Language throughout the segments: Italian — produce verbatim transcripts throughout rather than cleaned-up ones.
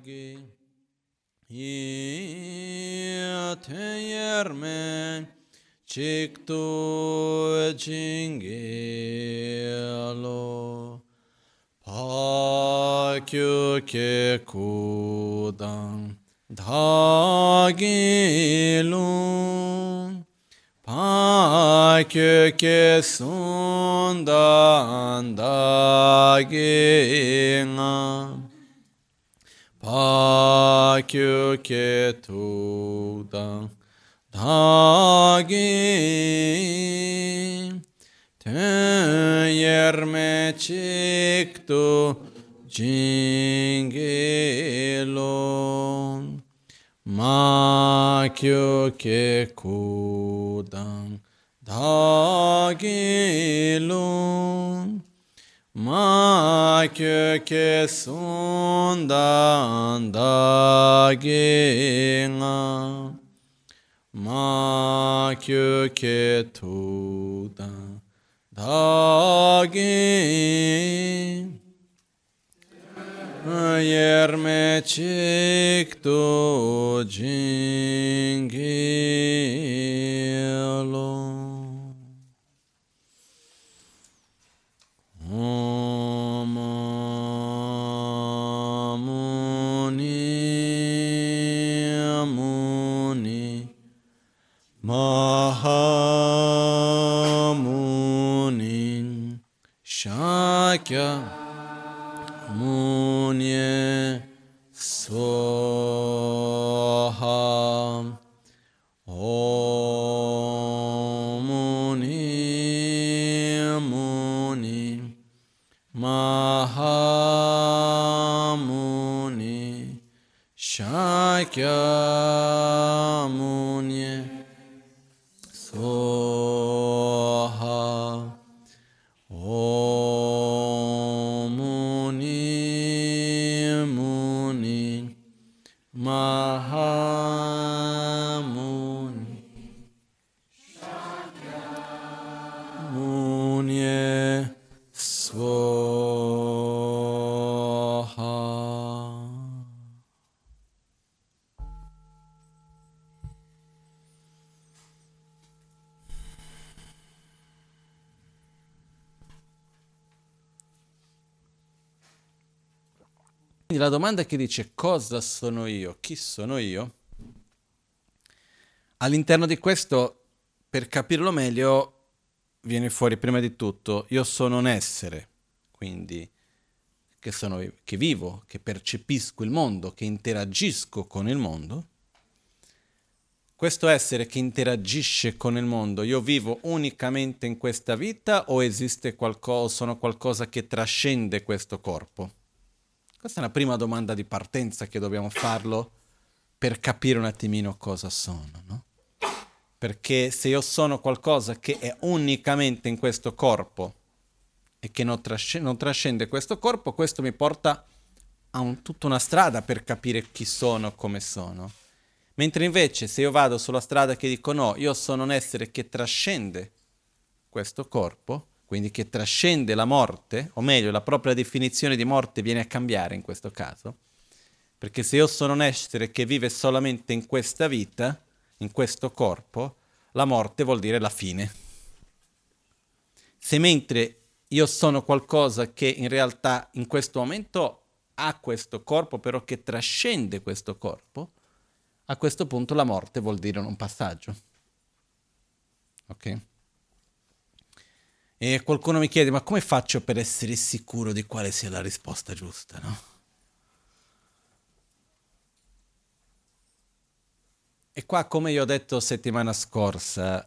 Yatayarme Chiktu Chingelo Pakyu Ke Kudang Dhagilung Pakyu Ke Sundan Dagingam Pakyu Ke Tudang Dhagim Teyerme Chiktu Jingilung Makyu Ke Kudang Dhagilung Makyu Ke Sundan Dagingam Makyu Ke Tudang Daging Yerme Chiktu Jingilo Om Muni Muni Mahamuni Shakya Munye Soham Om Muni Muni Mahamuni Shakya Munye Soha Om Muni Muni Mahamuni Munye Swaha. Quindi la domanda che dice cosa sono io, chi sono io, all'interno di questo, per capirlo meglio, viene fuori prima di tutto, io sono un essere, quindi che, sono, che vivo, che percepisco il mondo, che interagisco con il mondo. Questo essere che interagisce con il mondo, io vivo unicamente in questa vita o esiste qualcosa, sono qualcosa che trascende questo corpo? Questa è una prima domanda di partenza che dobbiamo farlo per capire un attimino cosa sono, no? Perché se io sono qualcosa che è unicamente in questo corpo e che non, trasc- non trascende questo corpo, questo mi porta a un, tutta una strada per capire chi sono, come sono. Mentre invece se io vado sulla strada che dico no, io sono un essere che trascende questo corpo, quindi che trascende la morte, o meglio la propria definizione di morte viene a cambiare in questo caso, perché se io sono un essere che vive solamente in questa vita, in questo corpo, la morte vuol dire la fine. Se mentre io sono qualcosa che in realtà in questo momento ha questo corpo, però che trascende questo corpo, a questo punto la morte vuol dire un passaggio. Ok? E qualcuno mi chiede, ma come faccio per essere sicuro di quale sia la risposta giusta, no? E qua, come io ho detto settimana scorsa,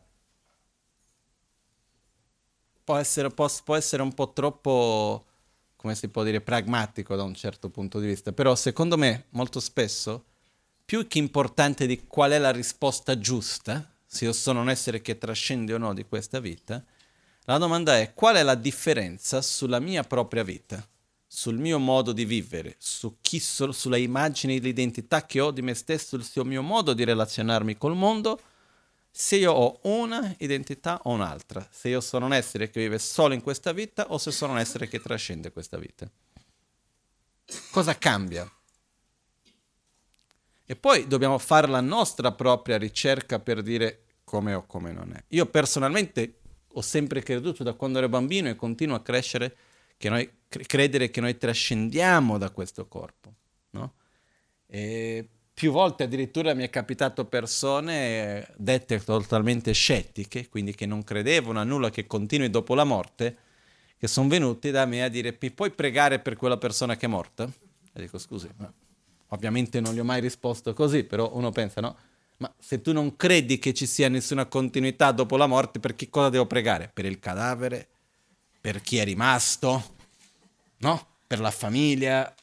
può essere, può, può essere un po' troppo, come si può dire, pragmatico da un certo punto di vista, però secondo me, molto spesso, più che importante di qual è la risposta giusta, se io sono un essere che trascende o no di questa vita, la domanda è qual è la differenza sulla mia propria vita, sul mio modo di vivere, su chi so, sulla immagine e l'identità che ho di me stesso, sul mio modo di relazionarmi col mondo, se io ho una identità o un'altra, se io sono un essere che vive solo in questa vita o se sono un essere che trascende questa vita. Cosa cambia? E poi dobbiamo fare la nostra propria ricerca per dire come o come non è. Io personalmente ho sempre creduto da quando ero bambino e continuo a crescere, che noi, credere che noi trascendiamo da questo corpo, no? E più volte addirittura mi è capitato persone dette totalmente scettiche, quindi che non credevano a nulla che continui dopo la morte, che sono venuti da me a dire: mi puoi pregare per quella persona che è morta? E dico: scusi, ma ovviamente non gli ho mai risposto così, però uno pensa, no? Ma se tu non credi che ci sia nessuna continuità dopo la morte, per che cosa devo pregare? Per il cadavere? Per chi è rimasto? No? Per la famiglia?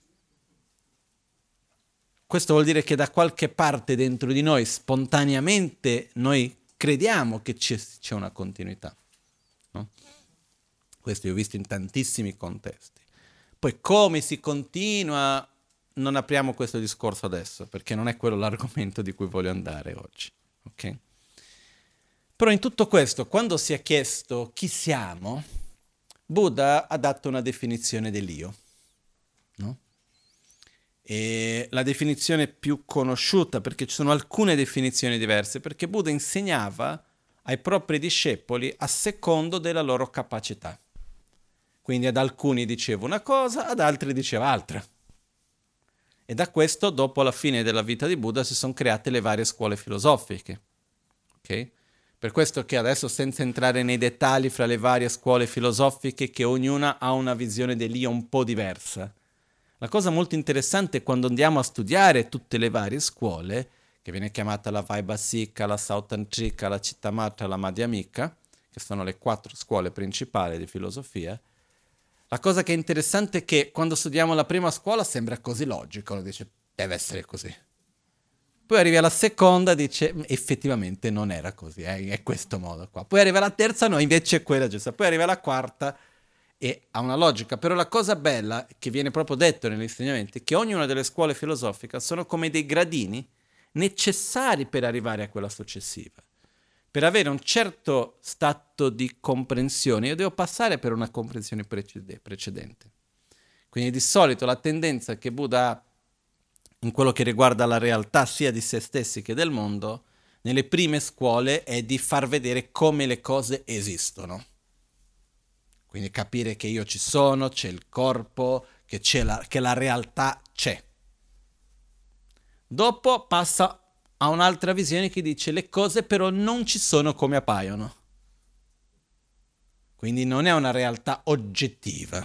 Questo vuol dire che da qualche parte dentro di noi, spontaneamente, noi crediamo che c'è, c'è una continuità. No? Questo io ho visto in tantissimi contesti. Poi come si continua, non apriamo questo discorso adesso, perché non è quello l'argomento di cui voglio andare oggi. Okay? Però in tutto questo, quando si è chiesto chi siamo, Buddha ha dato una definizione dell'io. No? E la definizione più conosciuta, perché ci sono alcune definizioni diverse, perché Buddha insegnava ai propri discepoli a secondo della loro capacità. Quindi ad alcuni diceva una cosa, ad altri diceva altra. E da questo, dopo la fine della vita di Buddha, si sono create le varie scuole filosofiche. Ok? Per questo che adesso, senza entrare nei dettagli fra le varie scuole filosofiche, che ognuna ha una visione dell'io un po' diversa. La cosa molto interessante è quando andiamo a studiare tutte le varie scuole, che viene chiamata la Vaibhasika, la Sautrantrika, la Chittamatra, la Madhyamika, che sono le quattro scuole principali di filosofia. La cosa che è interessante è che quando studiamo la prima scuola sembra così logico, uno dice deve essere così. Poi arrivi alla seconda e dice effettivamente non era così, eh, è questo modo qua. Poi arriva alla terza, no, invece è quella giusta. Poi arriva alla quarta e ha una logica. Però la cosa bella, che viene proprio detto negli insegnamenti, è che ognuna delle scuole filosofiche sono come dei gradini necessari per arrivare a quella successiva. Per avere un certo stato di comprensione, io devo passare per una comprensione precedente. Quindi di solito la tendenza che Buddha ha in quello che riguarda la realtà sia di se stessi che del mondo, nelle prime scuole è di far vedere come le cose esistono. Quindi capire che io ci sono, c'è il corpo, che, c'è la, che la realtà c'è. Dopo passa a un'altra visione che dice le cose però non ci sono come appaiono. Quindi non è una realtà oggettiva.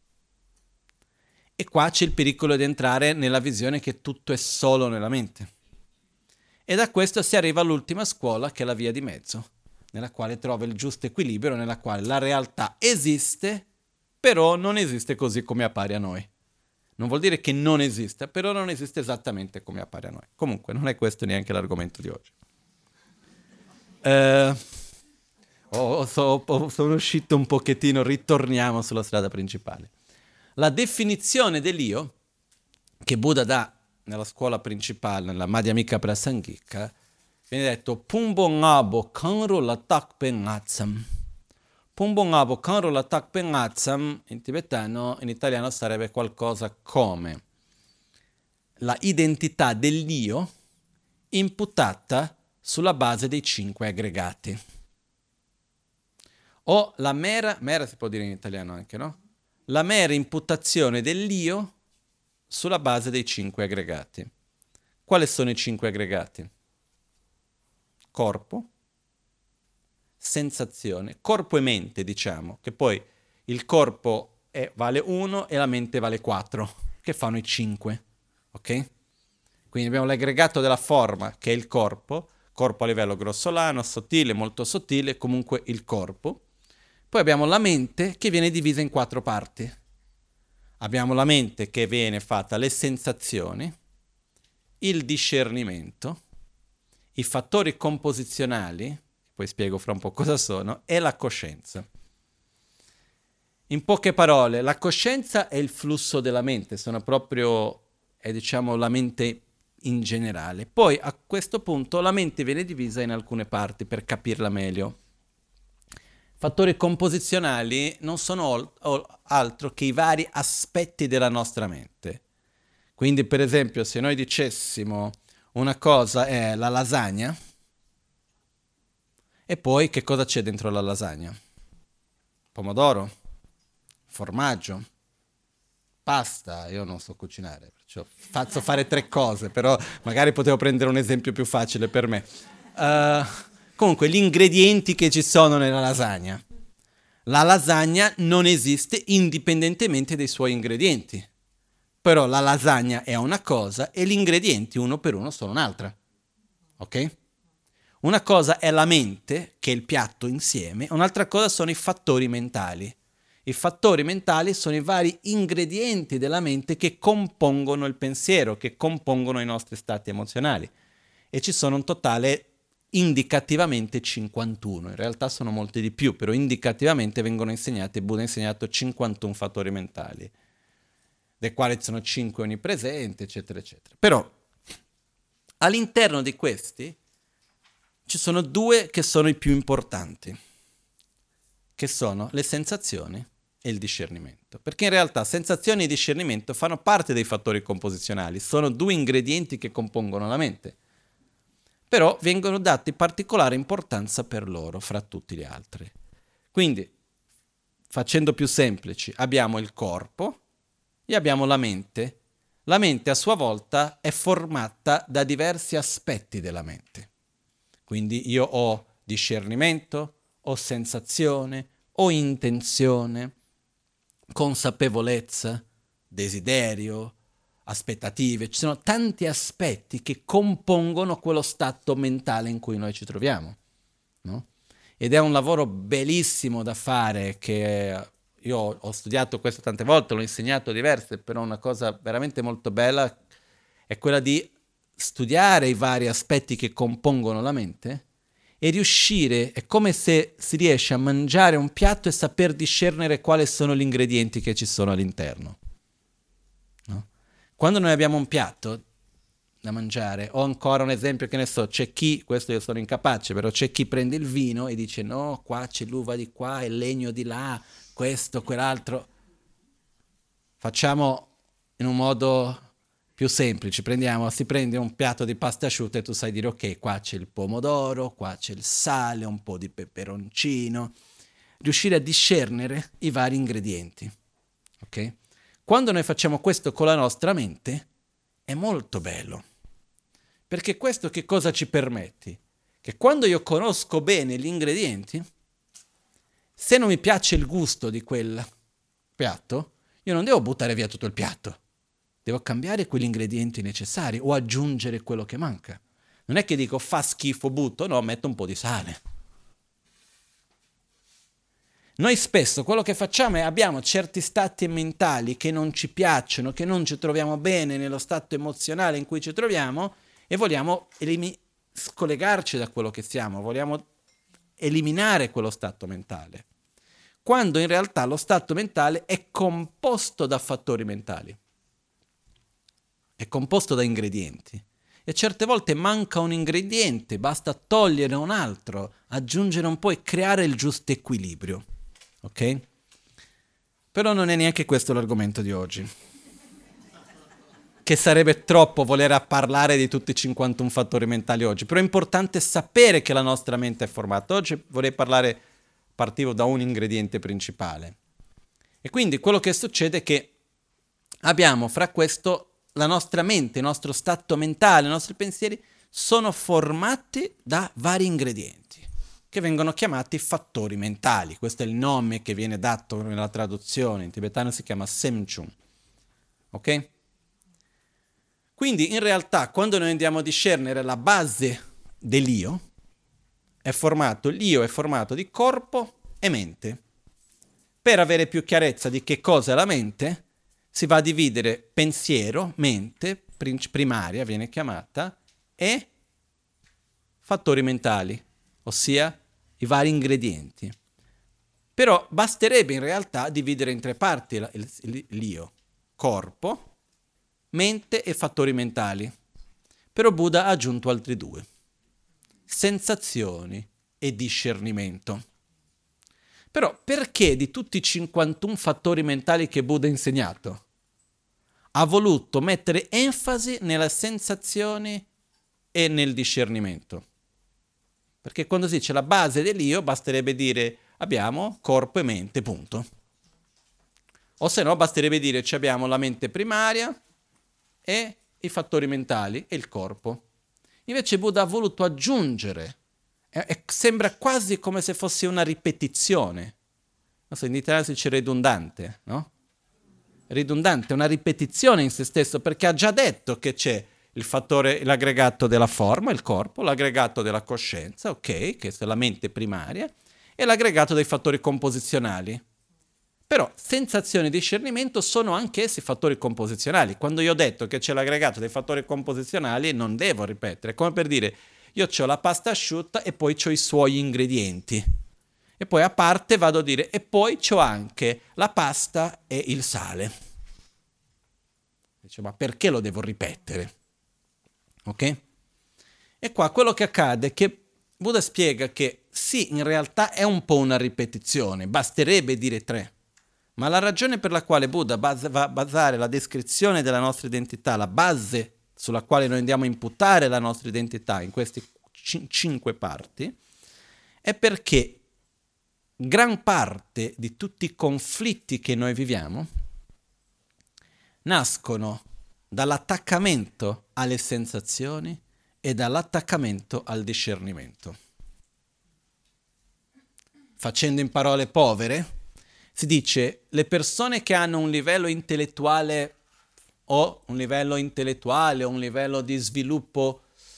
E qua c'è il pericolo di entrare nella visione che tutto è solo nella mente. E da questo si arriva all'ultima scuola, che è la via di mezzo, nella quale trova il giusto equilibrio, nella quale la realtà esiste, però non esiste così come appare a noi. Non vuol dire che non esista, però non esiste esattamente come appare a noi. Comunque, non è questo neanche l'argomento di oggi. Eh, oh, so, oh, sono uscito un pochettino, ritorniamo sulla strada principale. La definizione dell'io, che Buddha dà nella scuola principale, nella Madhyamika Prasangika, viene detto Pumbo ngabo kanro latak pengatsam. Pumbo ngabo kanro latak pengatsam in tibetano, in italiano sarebbe qualcosa come la identità dell'io imputata sulla base dei cinque aggregati. O la mera, mera si può dire in italiano anche, no? La mera imputazione dell'io sulla base dei cinque aggregati. Quali sono i cinque aggregati? Corpo, sensazione, corpo e mente, diciamo, che poi il corpo è, vale uno e la mente vale quattro, che fanno i cinque, ok? Quindi abbiamo l'aggregato della forma, che è il corpo, corpo a livello grossolano, sottile, molto sottile, comunque il corpo. Poi abbiamo la mente che viene divisa in quattro parti. Abbiamo la mente che viene fatta le sensazioni, il discernimento, i fattori composizionali, poi spiego fra un po' cosa sono, e la coscienza. In poche parole, la coscienza è il flusso della mente, sono proprio, è diciamo la mente in generale. Poi a questo punto la mente viene divisa in alcune parti per capirla meglio. Fattori composizionali non sono altro che i vari aspetti della nostra mente. Quindi, per esempio, se noi dicessimo una cosa è la lasagna, e poi che cosa c'è dentro la lasagna? Pomodoro, formaggio, pasta. Io non so cucinare, perciò faccio fare tre cose, però magari potevo prendere un esempio più facile per me. Uh, comunque, gli ingredienti che ci sono nella lasagna. La lasagna non esiste indipendentemente dai suoi ingredienti. Però la lasagna è una cosa e gli ingredienti uno per uno sono un'altra. Ok? Una cosa è la mente, che è il piatto insieme, un'altra cosa sono i fattori mentali. I fattori mentali sono i vari ingredienti della mente che compongono il pensiero, che compongono i nostri stati emozionali. E ci sono un totale indicativamente cinquantuno, in realtà sono molti di più, però indicativamente vengono insegnati, Buddha ha insegnato cinquantuno fattori mentali, dei quali sono cinque onnipresenti, eccetera, eccetera. Però all'interno di questi ci sono due che sono i più importanti, che sono le sensazioni e il discernimento. Perché in realtà sensazioni e discernimento fanno parte dei fattori composizionali, sono due ingredienti che compongono la mente, però vengono dati particolare importanza per loro fra tutti gli altri. Quindi, facendo più semplici, abbiamo il corpo e abbiamo la mente. La mente a sua volta è formata da diversi aspetti della mente. Quindi io ho discernimento, ho sensazione, ho intenzione, consapevolezza, desiderio, aspettative. Ci sono tanti aspetti che compongono quello stato mentale in cui noi ci troviamo, no? Ed è un lavoro bellissimo da fare, che io ho studiato questo tante volte, l'ho insegnato diverse, però una cosa veramente molto bella è quella di studiare i vari aspetti che compongono la mente e riuscire, è come se si riesce a mangiare un piatto e saper discernere quali sono gli ingredienti che ci sono all'interno. No? Quando noi abbiamo un piatto da mangiare, ho ancora un esempio che ne so, c'è chi, questo io sono incapace, però c'è chi prende il vino e dice no, qua c'è l'uva di qua, il legno di là, questo, quell'altro. Facciamo in un modo più semplice, prendiamo, si prende un piatto di pasta asciutta e tu sai dire ok, qua c'è il pomodoro, qua c'è il sale, un po' di peperoncino, riuscire a discernere i vari ingredienti, ok? Quando noi facciamo questo con la nostra mente è molto bello, perché questo che cosa ci permette? Che quando io conosco bene gli ingredienti, se non mi piace il gusto di quel piatto, io non devo buttare via tutto il piatto. Devo cambiare quegli ingredienti necessari o aggiungere quello che manca. Non è che dico fa schifo, butto, no, metto un po' di sale. Noi spesso quello che facciamo è abbiamo certi stati mentali che non ci piacciono, che non ci troviamo bene nello stato emozionale in cui ci troviamo e vogliamo elimi- scollegarci da quello che siamo, vogliamo eliminare quello stato mentale. Quando in realtà lo stato mentale è composto da fattori mentali. È composto da ingredienti e certe volte manca un ingrediente, basta togliere un altro, aggiungere un po' e creare il giusto equilibrio, ok? Però non è neanche questo l'argomento di oggi, che sarebbe troppo voler parlare di tutti i cinquantuno fattori mentali oggi, però è importante sapere che la nostra mente è formata. Oggi vorrei parlare, partivo da un ingrediente principale e quindi quello che succede è che abbiamo fra questo la nostra mente, il nostro stato mentale, i nostri pensieri sono formati da vari ingredienti che vengono chiamati fattori mentali. Questo è il nome che viene dato nella traduzione, in tibetano si chiama Semchung. Ok? Quindi in realtà quando noi andiamo a discernere la base dell'io, è formato, l'io è formato di corpo e mente. Per avere più chiarezza di che cosa è la mente, si va a dividere pensiero, mente, primaria viene chiamata, e fattori mentali, ossia i vari ingredienti. Però basterebbe in realtà dividere in tre parti l'io, corpo, mente e fattori mentali. Però Buddha ha aggiunto altri due, sensazioni e discernimento. Però perché di tutti i cinquantuno fattori mentali che Buddha ha insegnato, ha voluto mettere enfasi nelle sensazioni e nel discernimento. Perché quando si dice la base dell'io, basterebbe dire abbiamo corpo e mente, punto. O se no, basterebbe dire ci abbiamo la mente primaria e i fattori mentali e il corpo. Invece Buddha ha voluto aggiungere, e, e sembra quasi come se fosse una ripetizione. Non so, in italiano si dice ridondante, no? Ridondante, una ripetizione in se stesso, perché ha già detto che c'è il fattore, l'aggregato della forma, il corpo, l'aggregato della coscienza, ok, che è la mente primaria, e l'aggregato dei fattori composizionali. Però sensazione e discernimento sono anch'essi fattori composizionali. Quando io ho detto che c'è l'aggregato dei fattori composizionali, non devo ripetere. Come per dire, io ho la pasta asciutta e poi ho i suoi ingredienti. E poi a parte vado a dire, e poi c'ho anche la pasta e il sale. Dice, ma perché lo devo ripetere? Ok? E qua quello che accade è che Buddha spiega che sì, in realtà è un po' una ripetizione, basterebbe dire tre. Ma la ragione per la quale Buddha base, va a basare la descrizione della nostra identità, la base sulla quale noi andiamo a imputare la nostra identità in queste c- cinque parti, è perché gran parte di tutti i conflitti che noi viviamo nascono dall'attaccamento alle sensazioni e dall'attaccamento al discernimento. Facendo in parole povere, si dice le persone che hanno un livello intellettuale o un livello intellettuale o un livello di sviluppo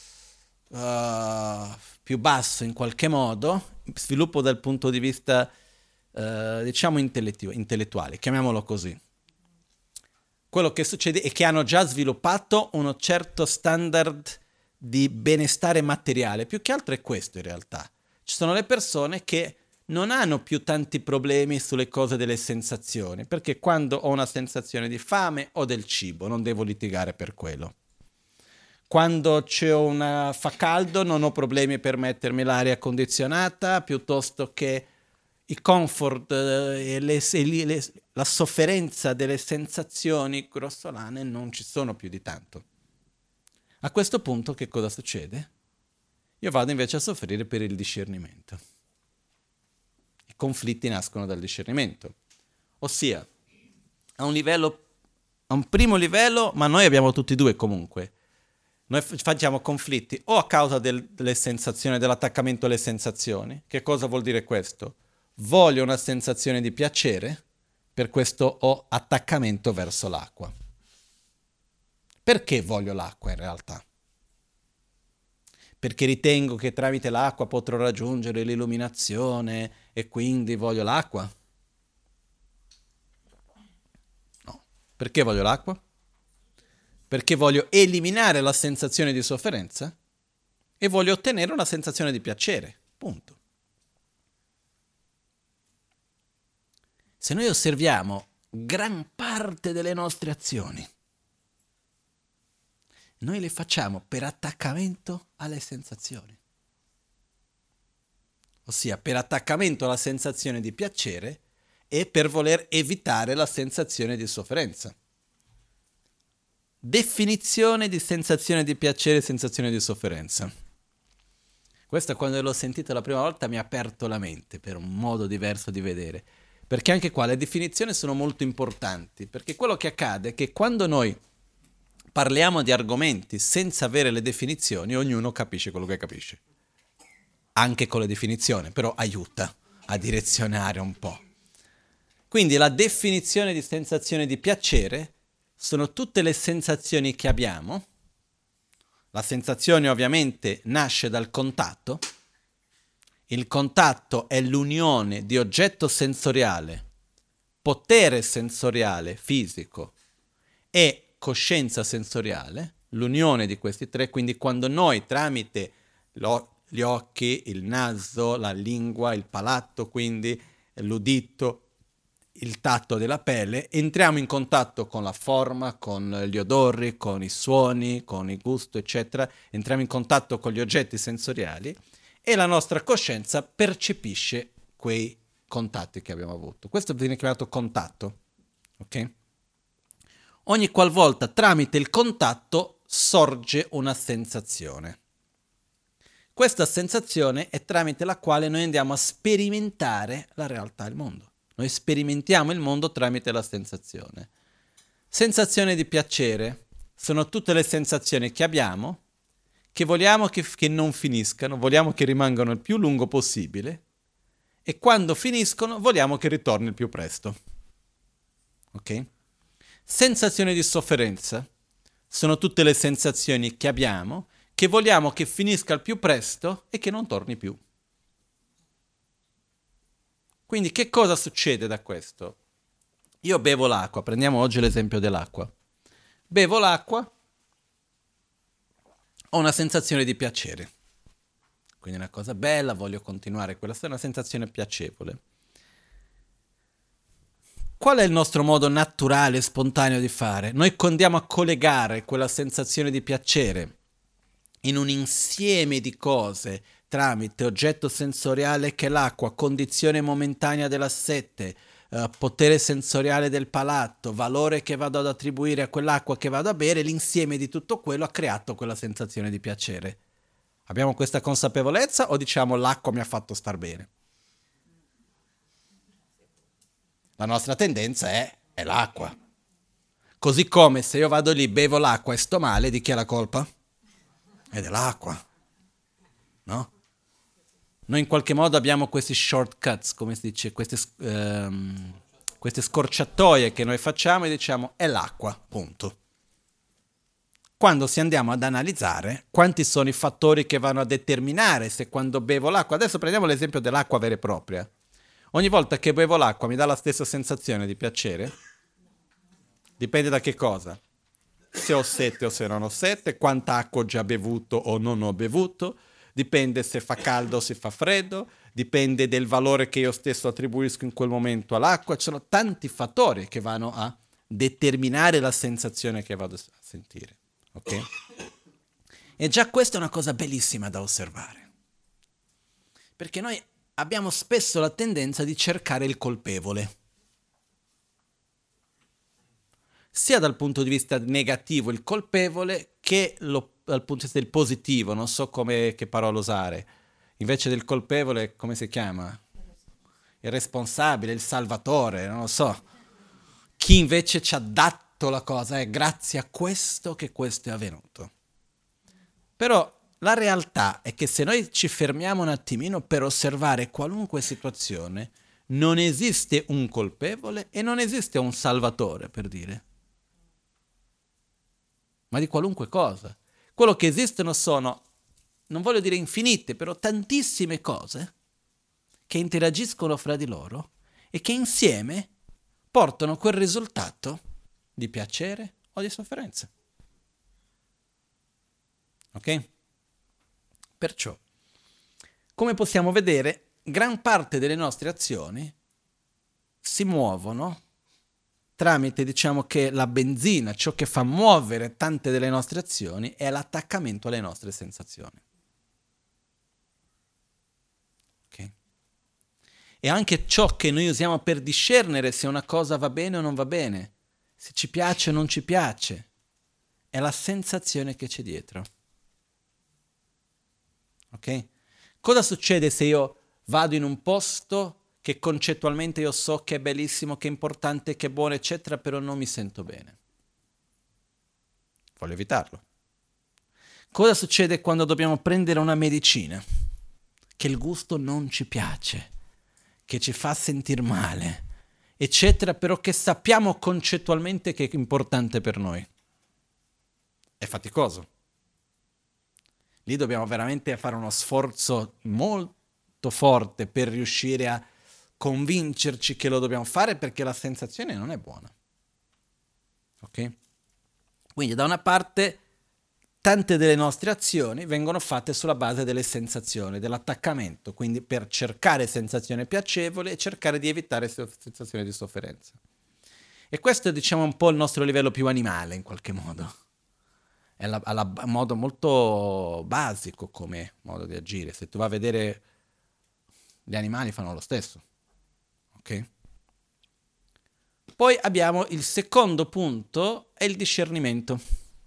uh, più basso in qualche modo, sviluppo dal punto di vista uh, diciamo intellettu- intellettuale, chiamiamolo così. Quello che succede è che hanno già sviluppato uno certo standard di benestare materiale, più che altro è questo in realtà. Ci sono le persone che non hanno più tanti problemi sulle cose delle sensazioni, perché quando ho una sensazione di fame o del cibo, non devo litigare per quello. Quando c'è una, fa caldo non ho problemi per mettermi l'aria condizionata, piuttosto che i comfort eh, e le, le, la sofferenza delle sensazioni grossolane non ci sono più di tanto. A questo punto che cosa succede? Io vado invece a soffrire per il discernimento. I conflitti nascono dal discernimento. Ossia, a un livello, a un primo livello, ma noi abbiamo tutti e due comunque. Noi facciamo conflitti o a causa del, delle sensazioni, dell'attaccamento alle sensazioni. Che cosa vuol dire questo? Voglio una sensazione di piacere, per questo ho attaccamento verso l'acqua. Perché voglio l'acqua in realtà? Perché ritengo che tramite l'acqua potrò raggiungere l'illuminazione e quindi voglio l'acqua? No. Perché voglio l'acqua? Perché voglio eliminare la sensazione di sofferenza e voglio ottenere una sensazione di piacere. Punto. Se noi osserviamo gran parte delle nostre azioni, noi le facciamo per attaccamento alle sensazioni. Ossia, per attaccamento alla sensazione di piacere e per voler evitare la sensazione di sofferenza. Definizione di sensazione di piacere e sensazione di sofferenza. Questa, quando l'ho sentita la prima volta, mi ha aperto la mente per un modo diverso di vedere. Perché anche qua le definizioni sono molto importanti. Perché quello che accade è che quando noi parliamo di argomenti senza avere le definizioni, ognuno capisce quello che capisce. Anche con le definizioni, però aiuta a direzionare un po'. Quindi la definizione di sensazione di piacere sono tutte le sensazioni che abbiamo. La sensazione ovviamente nasce dal contatto. Il contatto è l'unione di oggetto sensoriale, potere sensoriale fisico e coscienza sensoriale, l'unione di questi tre. Quindi quando noi tramite lo, gli occhi, il naso, la lingua, il palato, quindi l'udito, il tatto della pelle, entriamo in contatto con la forma, con gli odori, con i suoni, con il gusto, eccetera, entriamo in contatto con gli oggetti sensoriali e la nostra coscienza percepisce quei contatti che abbiamo avuto. Questo viene chiamato contatto, ok? ogni qualvolta tramite il contatto sorge una sensazione. Questa sensazione è tramite la quale noi andiamo a sperimentare la realtà del mondo. Noi sperimentiamo il mondo tramite la sensazione. Sensazione di piacere sono tutte le sensazioni che abbiamo, che vogliamo che, che non finiscano, vogliamo che rimangano il più lungo possibile, e quando finiscono vogliamo che ritorni il più presto. Ok? Sensazioni di sofferenza sono tutte le sensazioni che abbiamo, che vogliamo che finisca al più presto e che non torni più. Quindi che cosa succede da questo? Io bevo l'acqua, prendiamo oggi l'esempio dell'acqua. Bevo l'acqua, ho una sensazione di piacere. Quindi è una cosa bella, voglio continuare, quella è una sensazione piacevole. Qual è il nostro modo naturale e spontaneo di fare? Noi andiamo a collegare quella sensazione di piacere in un insieme di cose tramite oggetto sensoriale che è l'acqua, condizione momentanea della sete, eh, potere sensoriale del palato, valore che vado ad attribuire a quell'acqua che vado a bere, l'insieme di tutto quello ha creato quella sensazione di piacere. Abbiamo questa consapevolezza o diciamo l'acqua mi ha fatto star bene? La nostra tendenza è, è l'acqua. Così come se io vado lì, bevo l'acqua e sto male, di chi è la colpa? È dell'acqua. No? Noi in qualche modo abbiamo questi shortcuts, come si dice, queste, um, queste scorciatoie che noi facciamo e diciamo è l'acqua, punto. Quando si andiamo ad analizzare quanti sono i fattori che vanno a determinare se quando bevo l'acqua, adesso prendiamo l'esempio dell'acqua vera e propria, ogni volta che bevo l'acqua mi dà la stessa sensazione di piacere? Dipende da che cosa? Se ho sete o se non ho sete, quanta acqua ho già bevuto o non ho bevuto, dipende se fa caldo o se fa freddo, dipende del valore che io stesso attribuisco in quel momento all'acqua, ci sono tanti fattori che vanno a determinare la sensazione che vado a sentire. Ok? E già questa è una cosa bellissima da osservare, perché noi abbiamo spesso la tendenza di cercare il colpevole, sia dal punto di vista negativo il colpevole che lo, dal punto di vista del positivo, non so come, che parola usare, invece del colpevole come si chiama? Il responsabile, il salvatore, non lo so, chi invece ci ha dato la cosa è grazie a questo che questo è avvenuto. Però la realtà è che se noi ci fermiamo un attimino per osservare qualunque situazione, non esiste un colpevole e non esiste un salvatore, per dire. Ma di qualunque cosa. Quello che esistono sono, non voglio dire infinite, però tantissime cose che interagiscono fra di loro e che insieme portano quel risultato di piacere o di sofferenza. Ok? Perciò, come possiamo vedere, gran parte delle nostre azioni si muovono tramite, diciamo che la benzina, ciò che fa muovere tante delle nostre azioni è l'attaccamento alle nostre sensazioni. Ok? E anche ciò che noi usiamo per discernere se una cosa va bene o non va bene, se ci piace o non ci piace, è la sensazione che c'è dietro. Ok? Cosa succede se io vado in un posto che concettualmente io so che è bellissimo, che è importante, che è buono, eccetera, però non mi sento bene? Voglio evitarlo. Cosa succede quando dobbiamo prendere una medicina che il gusto non ci piace, che ci fa sentire male, eccetera, però che sappiamo concettualmente che è importante per noi? È faticoso. Lì dobbiamo veramente fare uno sforzo molto forte per riuscire a convincerci che lo dobbiamo fare, perché la sensazione non è buona. Ok? Quindi da una parte tante delle nostre azioni vengono fatte sulla base delle sensazioni, dell'attaccamento, quindi per cercare sensazioni piacevoli e cercare di evitare sensazioni di sofferenza. E questo è, diciamo, un po' il nostro livello più animale in qualche modo. È un modo molto basico come modo di agire. Se tu vai a vedere, gli animali fanno lo stesso. Ok? Poi abbiamo il secondo punto, è il discernimento.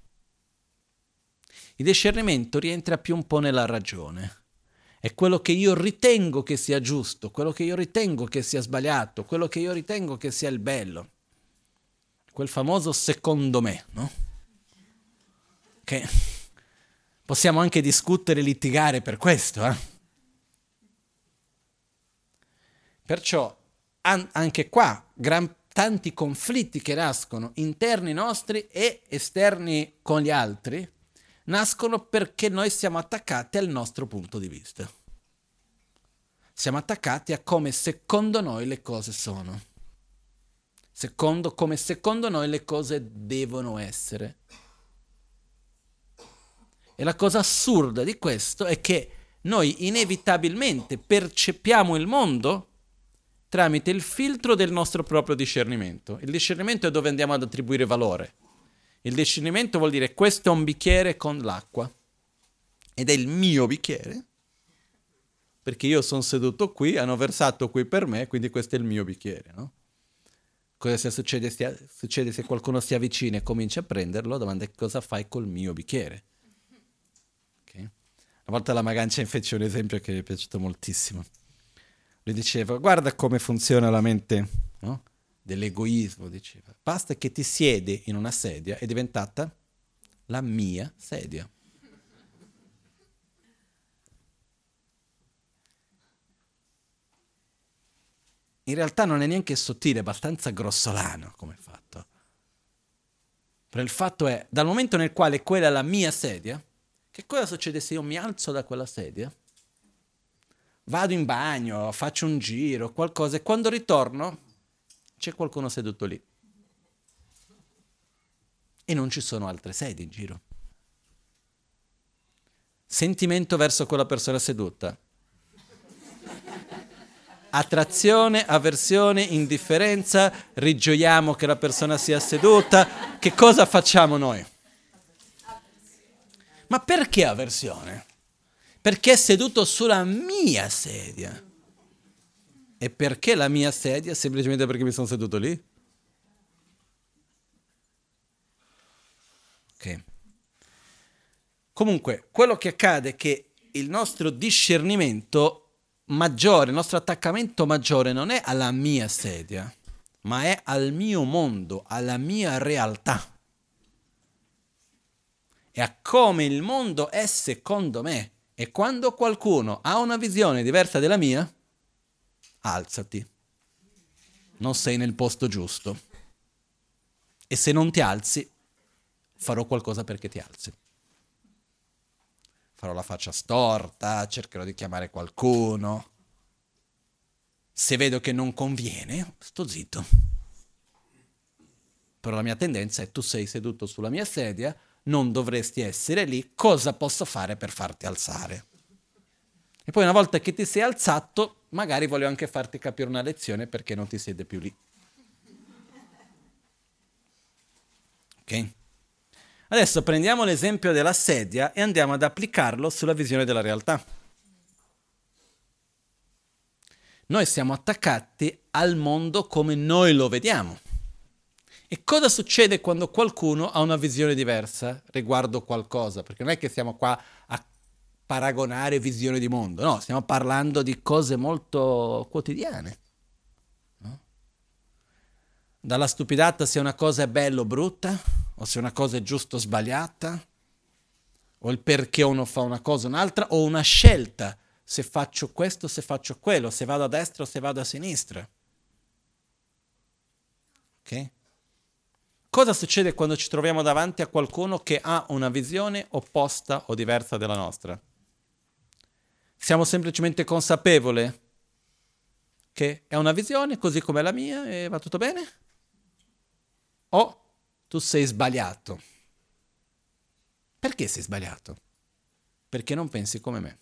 Il discernimento rientra più un po' nella ragione. È quello che io ritengo che sia giusto, quello che io ritengo che sia sbagliato, quello che io ritengo che sia il bello. Quel famoso secondo me, no? Che possiamo anche discutere e litigare per questo, eh? Perciò an- anche qua gran, tanti conflitti che nascono interni nostri e esterni con gli altri nascono perché noi siamo attaccati al nostro punto di vista. Siamo attaccati a come secondo noi le cose sono. Secondo come secondo noi le cose devono essere. E la cosa assurda di questo è che noi inevitabilmente percepiamo il mondo tramite il filtro del nostro proprio discernimento. Il discernimento è dove andiamo ad attribuire valore. Il discernimento vuol dire questo è un bicchiere con l'acqua ed è il mio bicchiere perché io sono seduto qui, hanno versato qui per me, quindi questo è il mio bicchiere, no? Cosa se succede, stia, succede se qualcuno si avvicina e comincia a prenderlo? La domanda è cosa fai col mio bicchiere? Okay? Una volta la Magancia fece un esempio che mi è piaciuto moltissimo. Lui diceva, guarda come funziona la mente, no? Dell'egoismo, diceva. Basta che ti siedi in una sedia, è diventata la mia sedia. In realtà non è neanche sottile, è abbastanza grossolano come fatto. Però il fatto è, dal momento nel quale quella è la mia sedia, che cosa succede se io mi alzo da quella sedia? Vado in bagno, faccio un giro, qualcosa, e quando ritorno c'è qualcuno seduto lì. E non ci sono altre sedie in giro. Sentimento verso quella persona seduta. Attrazione, avversione, indifferenza, rigioiamo che la persona sia seduta. Che cosa facciamo noi? Ma perché avversione? Perché è seduto sulla mia sedia. E perché la mia sedia? Semplicemente perché mi sono seduto lì? Ok. Comunque, quello che accade è che il nostro discernimento maggiore, il nostro attaccamento maggiore non è alla mia sedia, ma è al mio mondo, alla mia realtà. E a come il mondo è secondo me. E quando qualcuno ha una visione diversa della mia, alzati. Non sei nel posto giusto. E se non ti alzi, farò qualcosa perché ti alzi. Farò la faccia storta, cercherò di chiamare qualcuno. Se vedo che non conviene, sto zitto. Però la mia tendenza è tu sei seduto sulla mia sedia, non dovresti essere lì, cosa posso fare per farti alzare? E poi una volta che ti sei alzato, magari voglio anche farti capire una lezione perché non ti siede più lì. Ok? Adesso prendiamo l'esempio della sedia e andiamo ad applicarlo sulla visione della realtà. Noi siamo attaccati al mondo come noi lo vediamo. E cosa succede quando qualcuno ha una visione diversa riguardo qualcosa? Perché non è che siamo qua a paragonare visioni di mondo, no, stiamo parlando di cose molto quotidiane. No? Dalla stupidata se una cosa è bella o brutta, o se una cosa è giusta o sbagliata, o il perché uno fa una cosa o un'altra, o una scelta, se faccio questo, se faccio quello, se vado a destra o se vado a sinistra. Ok? Cosa succede quando ci troviamo davanti a qualcuno che ha una visione opposta o diversa della nostra? Siamo semplicemente consapevoli che è una visione così come la mia e va tutto bene? O tu sei sbagliato? Perché sei sbagliato? Perché non pensi come me.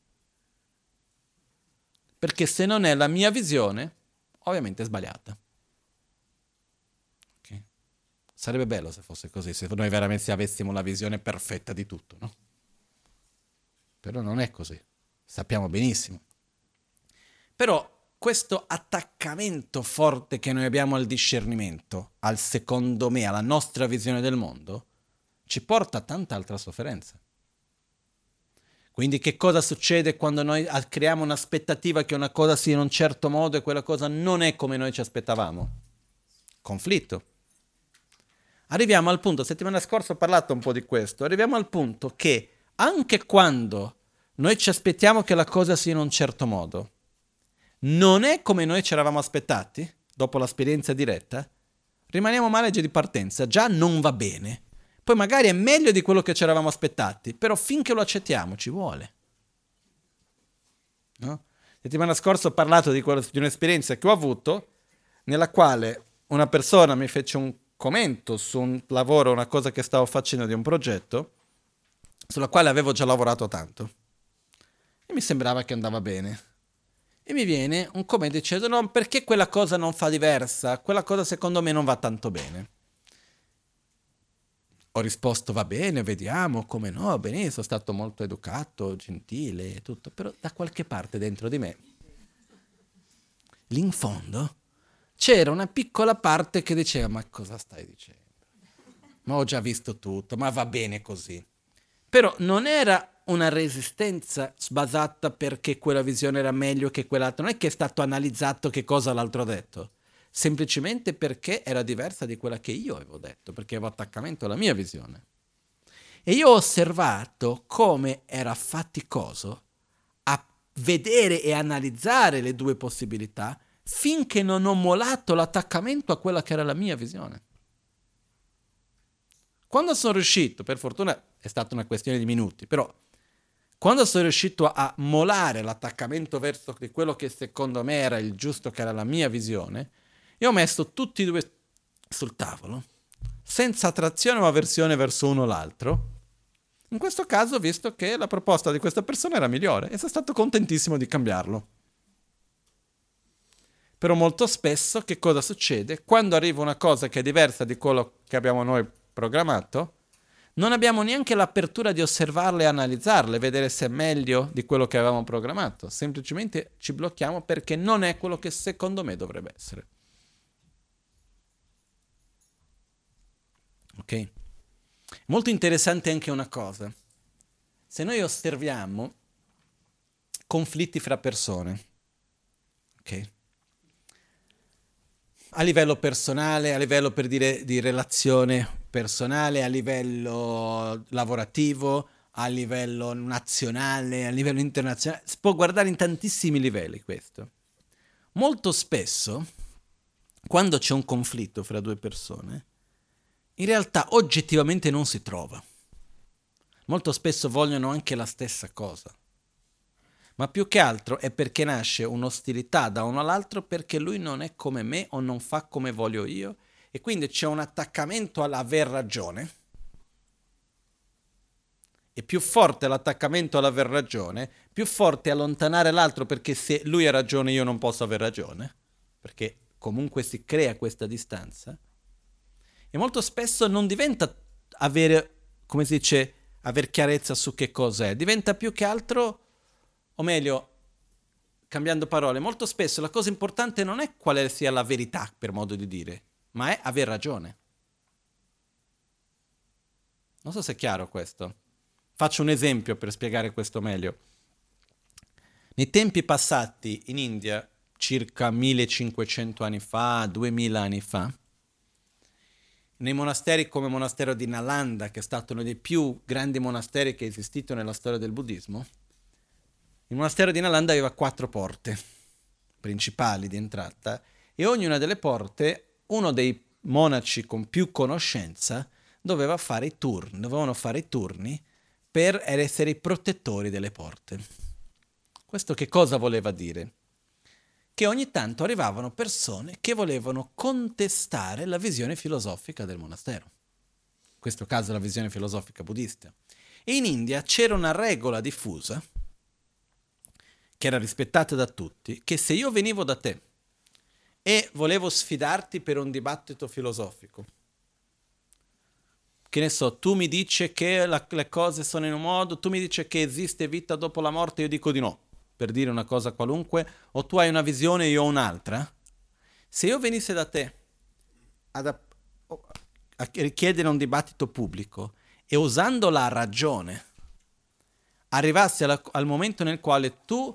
Perché se non è la mia visione, ovviamente è sbagliata. Okay? Sarebbe bello se fosse così, se noi veramente avessimo la visione perfetta di tutto, no? Però non è così, sappiamo benissimo. Però questo attaccamento forte che noi abbiamo al discernimento, al secondo me, alla nostra visione del mondo, ci porta a tanta altra sofferenza. Quindi che cosa succede quando noi creiamo un'aspettativa che una cosa sia in un certo modo e quella cosa non è come noi ci aspettavamo? Conflitto. Arriviamo al punto, settimana scorsa ho parlato un po' di questo, arriviamo al punto che anche quando noi ci aspettiamo che la cosa sia in un certo modo, non è come noi ci eravamo aspettati, dopo l'esperienza diretta, rimaniamo male già di partenza, già non va bene. Poi magari è meglio di quello che ci eravamo aspettati, però finché lo accettiamo ci vuole. No? Settimana scorsa ho parlato di, quello, di un'esperienza che ho avuto, nella quale una persona mi fece un commento su un lavoro, una cosa che stavo facendo di un progetto, sulla quale avevo già lavorato tanto. E mi sembrava che andava bene. E mi viene un commento dicendo, no, perché quella cosa non fa diversa? Quella cosa secondo me non va tanto bene. Ho risposto, va bene, vediamo, come no, benissimo, sono stato molto educato, gentile e tutto, però da qualche parte dentro di me, lì in fondo, c'era una piccola parte che diceva, ma cosa stai dicendo? Ma ho già visto tutto, ma va bene così. Però non era una resistenza basata perché quella visione era meglio che quell'altra, non è che è stato analizzato che cosa l'altro ha detto, semplicemente perché era diversa di quella che io avevo detto, perché avevo attaccamento alla mia visione. E io ho osservato come era faticoso a vedere e analizzare le due possibilità finché non ho mollato l'attaccamento a quella che era la mia visione. Quando sono riuscito, per fortuna è stata una questione di minuti, però quando sono riuscito a molare l'attaccamento verso di quello che secondo me era il giusto, che era la mia visione, io ho messo tutti e due sul tavolo, senza attrazione o avversione verso uno o l'altro. In questo caso ho visto che la proposta di questa persona era migliore e sono stato contentissimo di cambiarlo. Però molto spesso che cosa succede? Quando arriva una cosa che è diversa di quello che abbiamo noi programmato, non abbiamo neanche l'apertura di osservarle e analizzarle, vedere se è meglio di quello che avevamo programmato. Semplicemente ci blocchiamo perché non è quello che secondo me dovrebbe essere. Ok? Molto interessante anche una cosa. Se noi osserviamo conflitti fra persone, ok? A livello personale, a livello per dire di relazione personale, a livello lavorativo, a livello nazionale, a livello internazionale, si può guardare in tantissimi livelli questo. Molto spesso, quando c'è un conflitto fra due persone, in realtà oggettivamente non si trova. Molto spesso vogliono anche la stessa cosa. Ma più che altro è perché nasce un'ostilità da uno all'altro perché lui non è come me o non fa come voglio io e quindi c'è un attaccamento all'aver ragione e più forte l'attaccamento all'aver ragione, più forte è allontanare l'altro perché se lui ha ragione io non posso aver ragione, perché comunque si crea questa distanza e molto spesso non diventa avere, come si dice, aver chiarezza su che cosa è, diventa più che altro. O meglio, cambiando parole, molto spesso la cosa importante non è quale sia la verità, per modo di dire, ma è aver ragione. Non so se è chiaro questo. Faccio un esempio per spiegare questo meglio. Nei tempi passati in India, circa millecinquecento anni fa, duemila anni fa, nei monasteri come il monastero di Nalanda, che è stato uno dei più grandi monasteri che è esistito nella storia del buddismo, il monastero di Nalanda aveva quattro porte principali di entrata e ognuna delle porte, uno dei monaci con più conoscenza doveva fare i turni, dovevano fare i turni per essere i protettori delle porte. Questo che cosa voleva dire? Che ogni tanto arrivavano persone che volevano contestare la visione filosofica del monastero. In questo caso la visione filosofica buddista. E in India c'era una regola diffusa che era rispettata da tutti, che se io venivo da te e volevo sfidarti per un dibattito filosofico, che ne so, tu mi dici che la, le cose sono in un modo, tu mi dici che esiste vita dopo la morte, io dico di no, per dire una cosa qualunque, o tu hai una visione e io ho un'altra, se io venisse da te ad a, a richiedere un dibattito pubblico e usando la ragione arrivassi alla, al momento nel quale tu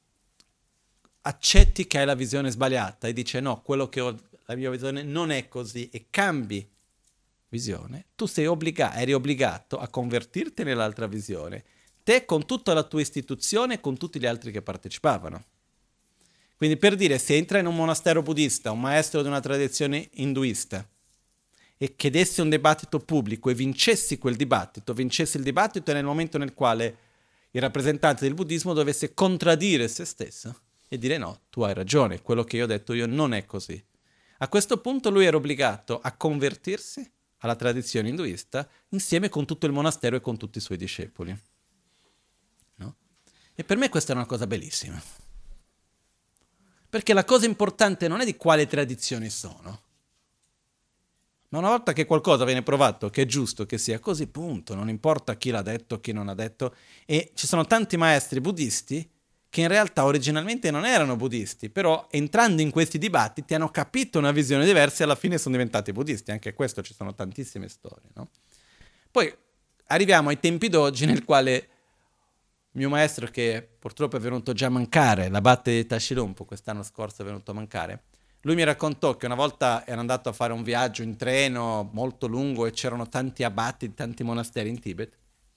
accetti che hai la visione sbagliata e dici no, quello che ho, la mia visione non è così e cambi visione, tu sei obbliga- eri obbligato a convertirti nell'altra visione, te con tutta la tua istituzione e con tutti gli altri che partecipavano. Quindi per dire, se entra in un monastero buddista, un maestro di una tradizione induista, e chiedessi un dibattito pubblico e vincessi quel dibattito, vincessi il dibattito nel momento nel quale il rappresentante del buddismo dovesse contraddire se stesso e dire no, tu hai ragione, quello che io ho detto io non è così. A questo punto lui era obbligato a convertirsi alla tradizione induista insieme con tutto il monastero e con tutti i suoi discepoli. No? E per me questa è una cosa bellissima. Perché la cosa importante non è di quali tradizioni sono, ma una volta che qualcosa viene provato che è giusto che sia così, punto, non importa chi l'ha detto, chi non ha detto. E ci sono tanti maestri buddisti che in realtà originalmente non erano buddisti, però entrando in questi dibattiti hanno capito una visione diversa e alla fine sono diventati buddisti. Anche questo ci sono tantissime storie, no? Poi arriviamo ai tempi d'oggi nel quale mio maestro, che purtroppo è venuto già a mancare, l'abate di Tashilumpo, quest'anno scorso è venuto a mancare, lui mi raccontò che una volta era andato a fare un viaggio in treno molto lungo e c'erano tanti abati di tanti monasteri in Tibet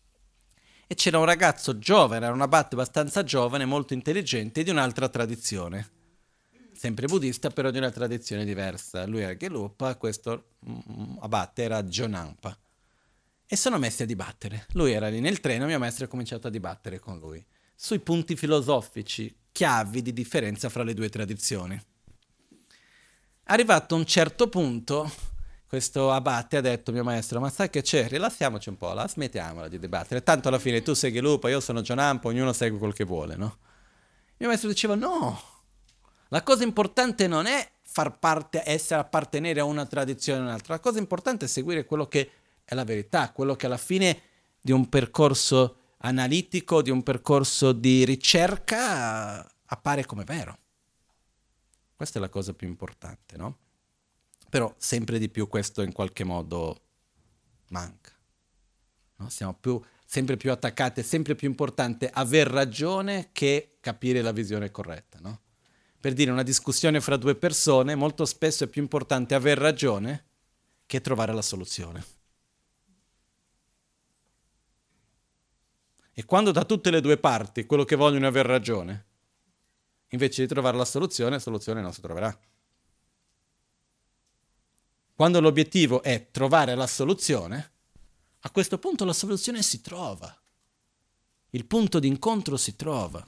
e c'era un ragazzo giovane, era un abate abbastanza giovane, molto intelligente, di un'altra tradizione, sempre buddista però di una tradizione diversa. Lui era Gelugpa, questo mm, abate era Jonampa. E sono messi a dibattere. Lui era lì nel treno, mio maestro ha cominciato a dibattere con lui sui punti filosofici, chiavi di differenza fra le due tradizioni. Arrivato a un certo punto, questo abate ha detto, mio maestro, ma sai che c'è? Rilassiamoci un po', la smettiamola di dibattere. Tanto alla fine tu sei Gelugpa, io sono Jonampa, ognuno segue quel che vuole, no? Mio maestro diceva, no, la cosa importante non è far parte, essere appartenere a una tradizione o un'altra, la cosa importante è seguire quello che è la verità, quello che alla fine di un percorso analitico, di un percorso di ricerca appare come vero. Questa è la cosa più importante, no? Però sempre di più questo in qualche modo manca. No? Siamo più, sempre più attaccati, è sempre più importante aver ragione che capire la visione corretta, no? Per dire, una discussione fra due persone, molto spesso è più importante aver ragione che trovare la soluzione. E quando da tutte le due parti quello che vogliono è aver ragione, invece di trovare la soluzione, la soluzione non si troverà. Quando l'obiettivo è trovare la soluzione, a questo punto la soluzione si trova. Il punto d'incontro si trova.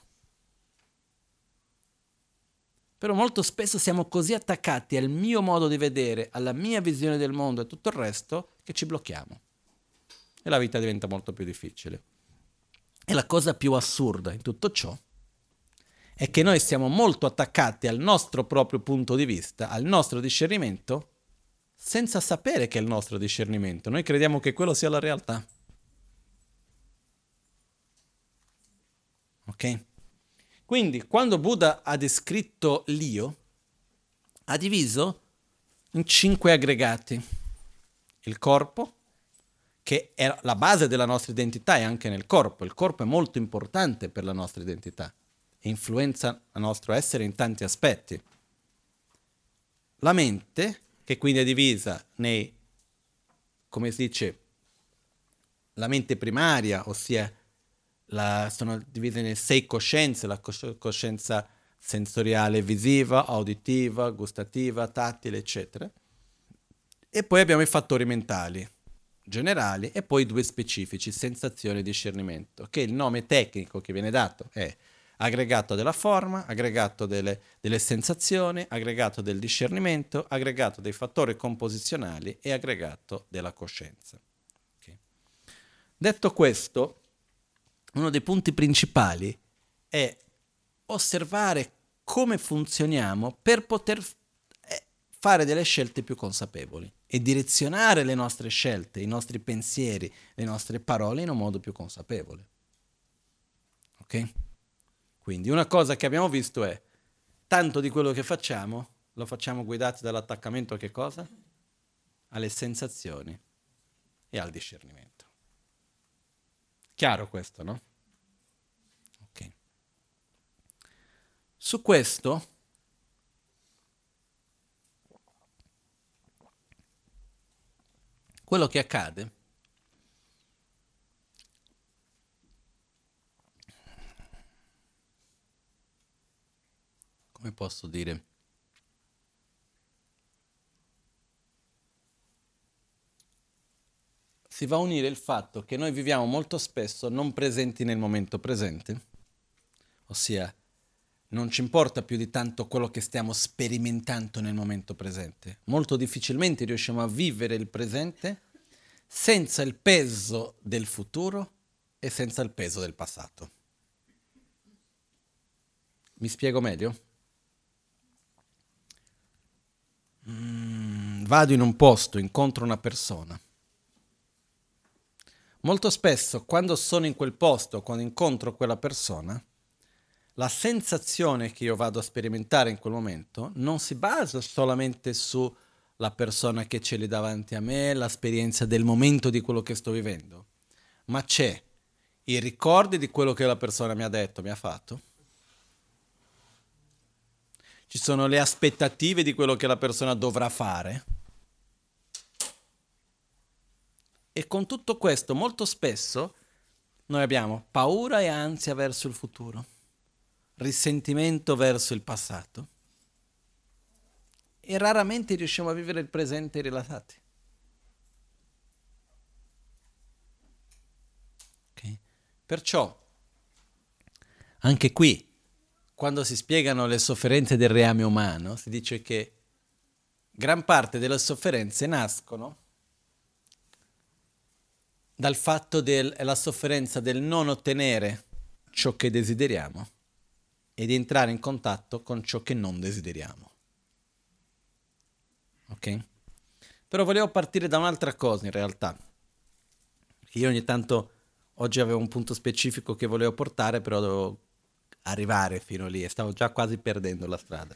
Però molto spesso siamo così attaccati al mio modo di vedere, alla mia visione del mondo e tutto il resto, che ci blocchiamo. E la vita diventa molto più difficile. E la cosa più assurda in tutto ciò è che noi siamo molto attaccati al nostro proprio punto di vista, al nostro discernimento, senza sapere che è il nostro discernimento. Noi crediamo che quello sia la realtà. Ok? Quindi, quando Buddha ha descritto l'io, ha diviso in cinque aggregati. Il corpo, che è la base della nostra identità, è anche nel corpo. Il corpo è molto importante per la nostra identità e influenza il nostro essere in tanti aspetti. La mente, che quindi è divisa nei, come si dice, la mente primaria, ossia la, sono divise in sei coscienze, la cos- coscienza sensoriale visiva, uditiva, gustativa, tattile, eccetera. E poi abbiamo i fattori mentali generali e poi due specifici, sensazione e discernimento, che il nome tecnico che viene dato è aggregato della forma, aggregato delle, delle sensazioni, aggregato del discernimento, aggregato dei fattori composizionali e aggregato della coscienza. Okay. Detto questo, uno dei punti principali è osservare come funzioniamo per poter fare delle scelte più consapevoli e direzionare le nostre scelte, i nostri pensieri, le nostre parole in un modo più consapevole. Ok? Quindi una cosa che abbiamo visto è, tanto di quello che facciamo, lo facciamo guidati dall'attaccamento a che cosa? Alle sensazioni e al discernimento. Chiaro questo, no? Ok. Su questo, quello che accade come posso dire? Si va a unire il fatto che noi viviamo molto spesso non presenti nel momento presente, ossia non ci importa più di tanto quello che stiamo sperimentando nel momento presente. Molto difficilmente riusciamo a vivere il presente senza il peso del futuro e senza il peso del passato. Mi spiego meglio? Mm, vado in un posto, incontro una persona. Molto spesso, quando sono in quel posto, quando incontro quella persona, la sensazione che io vado a sperimentare in quel momento non si basa solamente sulla persona che c'è lì davanti a me, l'esperienza del momento di quello che sto vivendo, ma c'è i ricordi di quello che la persona mi ha detto, mi ha fatto. Ci sono le aspettative di quello che la persona dovrà fare. E con tutto questo, molto spesso, noi abbiamo paura e ansia verso il futuro, risentimento verso il passato, e raramente riusciamo a vivere il presente rilassati. Okay? Perciò, anche qui, quando si spiegano le sofferenze del reame umano, si dice che gran parte delle sofferenze nascono dal fatto della sofferenza del non ottenere ciò che desideriamo e di entrare in contatto con ciò che non desideriamo. Ok? Però volevo partire da un'altra cosa in realtà. Io ogni tanto, oggi avevo un punto specifico che volevo portare, però dovevo arrivare fino lì e stavo già quasi perdendo la strada.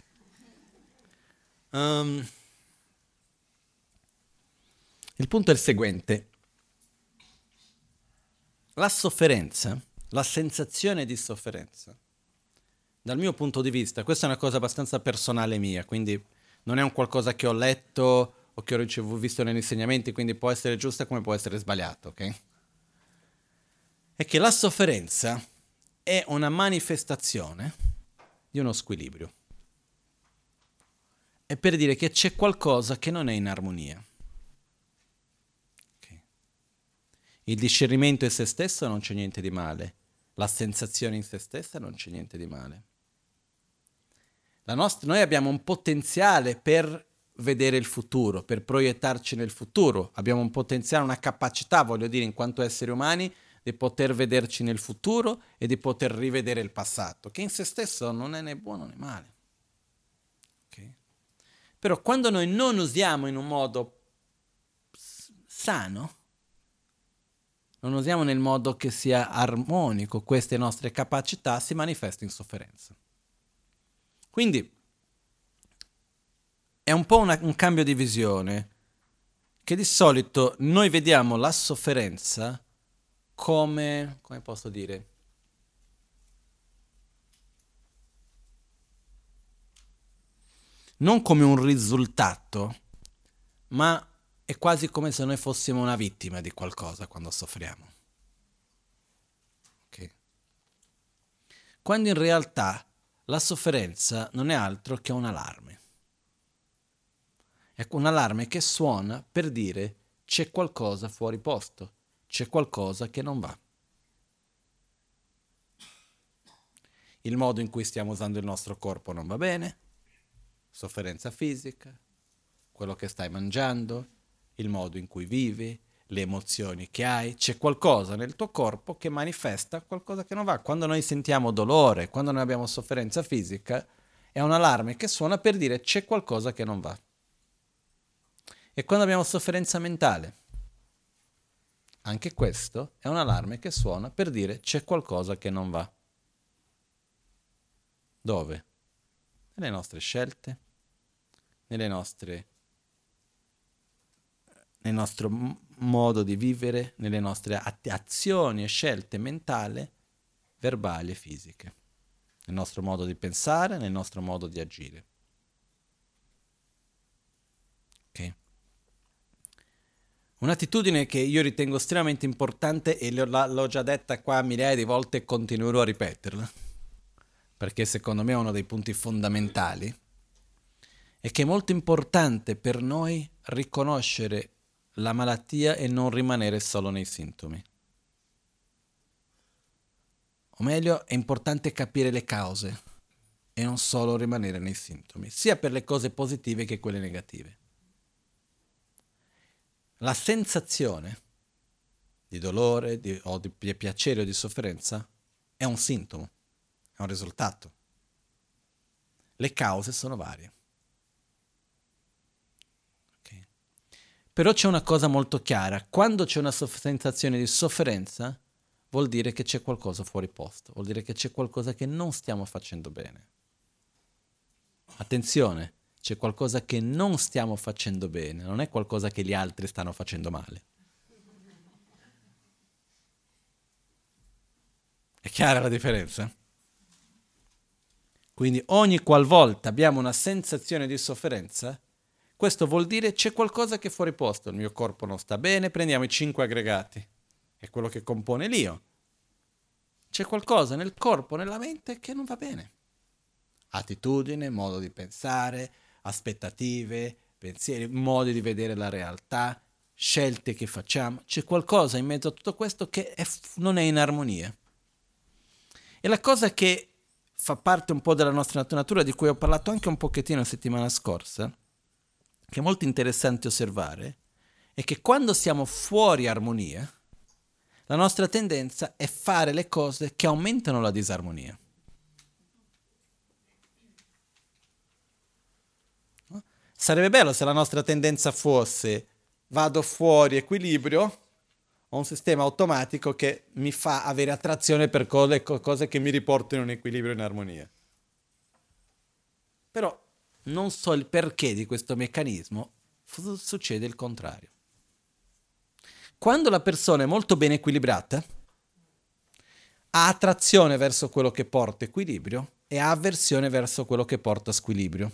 Um, il punto è il seguente. La sofferenza, la sensazione di sofferenza, dal mio punto di vista, questa è una cosa abbastanza personale mia, quindi non è un qualcosa che ho letto o che ho ricevuto, visto negli insegnamenti, quindi può essere giusta come può essere sbagliato, ok? È che la sofferenza è una manifestazione di uno squilibrio. È per dire che c'è qualcosa che non è in armonia. Il discernimento in se stesso non c'è niente di male, la sensazione in se stessa non c'è niente di male. La nostra, noi abbiamo un potenziale per vedere il futuro, per proiettarci nel futuro, abbiamo un potenziale, una capacità, voglio dire, in quanto esseri umani, di poter vederci nel futuro e di poter rivedere il passato, che in se stesso non è né buono né male. Okay? Però quando noi non usiamo in un modo sano, non usiamo nel modo che sia armonico queste nostre capacità, si manifesta in sofferenza. Quindi è un po' una, un cambio di visione, che di solito noi vediamo la sofferenza come, come posso dire, non come un risultato, ma è quasi come se noi fossimo una vittima di qualcosa quando soffriamo. Okay. Quando in realtà la sofferenza non è altro che un allarme. È un allarme che suona per dire c'è qualcosa fuori posto, c'è qualcosa che non va. Il modo in cui stiamo usando il nostro corpo non va bene, sofferenza fisica, quello che stai mangiando, il modo in cui vivi, le emozioni che hai, c'è qualcosa nel tuo corpo che manifesta qualcosa che non va. Quando noi sentiamo dolore, quando noi abbiamo sofferenza fisica, è un allarme che suona per dire c'è qualcosa che non va. E quando abbiamo sofferenza mentale, anche questo è un allarme che suona per dire c'è qualcosa che non va. Dove? Nelle nostre scelte, nelle nostre, nel nostro m- modo di vivere, nelle nostre at- azioni e scelte mentali, verbali e fisiche, nel nostro modo di pensare, nel nostro modo di agire. Ok? Un'attitudine che io ritengo estremamente importante e l'ho già detta qua migliaia di volte e continuerò a ripeterla, perché secondo me è uno dei punti fondamentali, è che è molto importante per noi riconoscere la malattia e non rimanere solo nei sintomi. O meglio, è importante capire le cause e non solo rimanere nei sintomi, sia per le cose positive che quelle negative. La sensazione di dolore di, o di piacere o di sofferenza è un sintomo, è un risultato. Le cause sono varie. Okay. Però c'è una cosa molto chiara: quando c'è una soff- sensazione di sofferenza, vuol dire che c'è qualcosa fuori posto, vuol dire che c'è qualcosa che non stiamo facendo bene. Attenzione, c'è qualcosa che non stiamo facendo bene, non è qualcosa che gli altri stanno facendo male. È chiara la differenza? Quindi ogni qualvolta abbiamo una sensazione di sofferenza, questo vuol dire c'è qualcosa che è fuori posto, il mio corpo non sta bene, prendiamo i cinque aggregati, è quello che compone l'io. C'è qualcosa nel corpo, nella mente che non va bene. Attitudine, modo di pensare, aspettative, pensieri, modi di vedere la realtà, scelte che facciamo. C'è qualcosa in mezzo a tutto questo che è, non è in armonia. E la cosa che fa parte un po' della nostra natura, di cui ho parlato anche un pochettino la settimana scorsa, che è molto interessante osservare, è che quando siamo fuori armonia, la nostra tendenza è fare le cose che aumentano la disarmonia. No? Sarebbe bello se la nostra tendenza fosse vado fuori equilibrio, ho un sistema automatico che mi fa avere attrazione per cose, cose che mi riportano in equilibrio e in armonia. Però non so il perché di questo meccanismo, succede il contrario. Quando la persona è molto ben equilibrata, ha attrazione verso quello che porta equilibrio e ha avversione verso quello che porta squilibrio.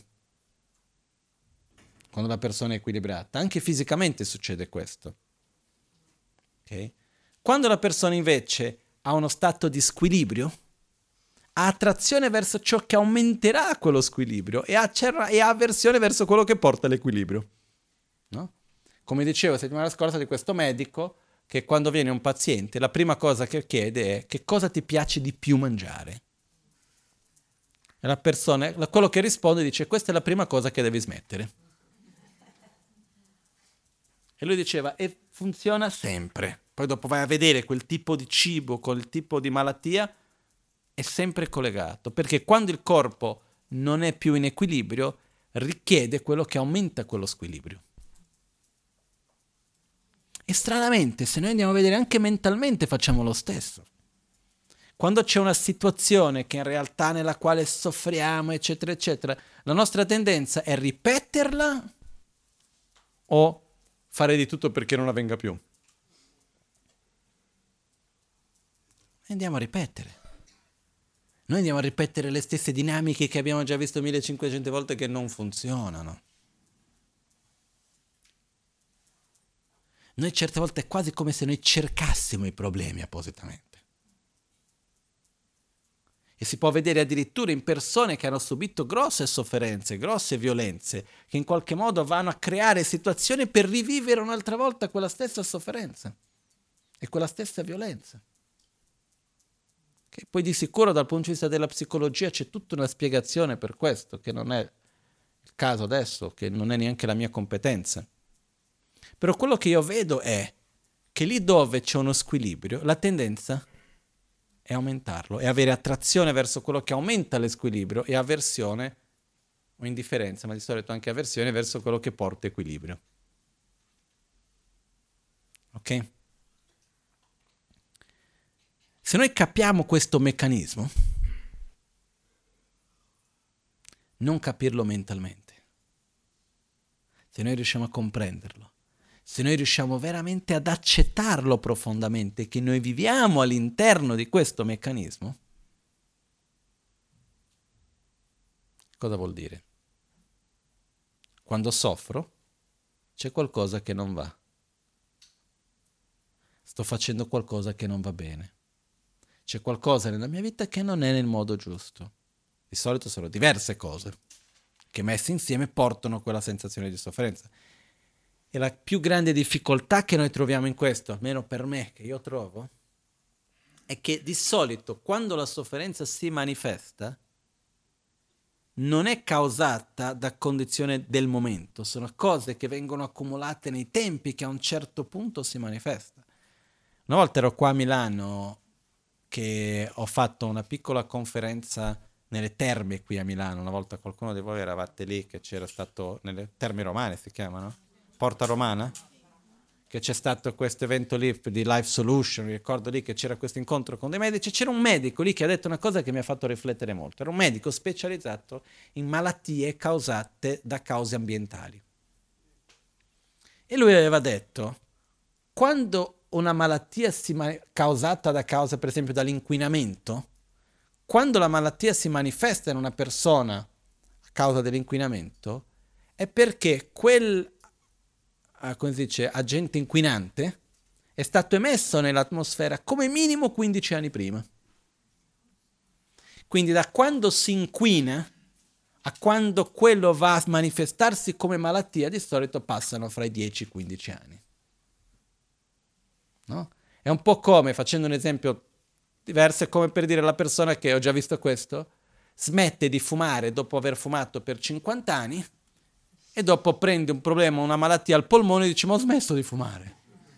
Quando la persona è equilibrata, anche fisicamente succede questo. Okay? Quando la persona invece ha uno stato di squilibrio, ha attrazione verso ciò che aumenterà quello squilibrio e ha, e ha avversione verso quello che porta all'equilibrio. No? Come dicevo la settimana scorsa di questo medico, che quando viene un paziente la prima cosa che chiede è: che cosa ti piace di più mangiare? E la persona, quello che risponde dice: questa è la prima cosa che devi smettere. E lui diceva: e funziona sempre. Poi dopo vai a vedere quel tipo di cibo, quel tipo di malattia, è sempre collegato, perché quando il corpo non è più in equilibrio, richiede quello che aumenta quello squilibrio. E stranamente, se noi andiamo a vedere anche mentalmente, facciamo lo stesso. Quando c'è una situazione che in realtà nella quale soffriamo, eccetera, eccetera, la nostra tendenza è ripeterla o fare di tutto perché non avvenga più. E andiamo a ripetere. Noi andiamo a ripetere le stesse dinamiche che abbiamo già visto millecinquecento volte che non funzionano. Noi certe volte è quasi come se noi cercassimo i problemi appositamente. E si può vedere addirittura in persone che hanno subito grosse sofferenze, grosse violenze, che in qualche modo vanno a creare situazioni per rivivere un'altra volta quella stessa sofferenza e quella stessa violenza. Che poi di sicuro dal punto di vista della psicologia c'è tutta una spiegazione per questo, che non è il caso adesso, che non è neanche la mia competenza. Però quello che io vedo è che lì dove c'è uno squilibrio, la tendenza è aumentarlo, è avere attrazione verso quello che aumenta l'esquilibrio e avversione o indifferenza, ma di solito anche avversione verso quello che porta equilibrio. Ok? Se noi capiamo questo meccanismo, non capirlo mentalmente. Se noi riusciamo a comprenderlo, se noi riusciamo veramente ad accettarlo profondamente, che noi viviamo all'interno di questo meccanismo, cosa vuol dire? Quando soffro, c'è qualcosa che non va. Sto facendo qualcosa che non va bene. C'è qualcosa nella mia vita che non è nel modo giusto. Di solito sono diverse cose che messe insieme portano quella sensazione di sofferenza. E la più grande difficoltà che noi troviamo in questo, almeno per me, che io trovo, è che di solito quando la sofferenza si manifesta non è causata da condizioni del momento, sono cose che vengono accumulate nei tempi che a un certo punto si manifesta. Una volta ero qua a Milano che ho fatto una piccola conferenza nelle terme qui a Milano, una volta qualcuno di voi eravate lì che c'era stato, nelle terme romane si chiamano? Porta Romana? Che c'è stato questo evento lì di Life Solution, mi ricordo lì che c'era questo incontro con dei medici, c'era un medico lì che ha detto una cosa che mi ha fatto riflettere molto, era un medico specializzato in malattie causate da cause ambientali. E lui aveva detto, quando una malattia si ma- causata da causa per esempio dall'inquinamento, quando la malattia si manifesta in una persona a causa dell'inquinamento, è perché quel come si dice, agente inquinante è stato emesso nell'atmosfera come minimo quindici anni prima. Quindi da quando si inquina a quando quello va a manifestarsi come malattia, di solito passano fra i dieci e i quindici anni. No? È un po' come, facendo un esempio diverso, è come per dire alla persona che, ho già visto questo, smette di fumare dopo aver fumato per cinquanta anni e dopo prende un problema, una malattia al polmone e dice, ma ho smesso di fumare.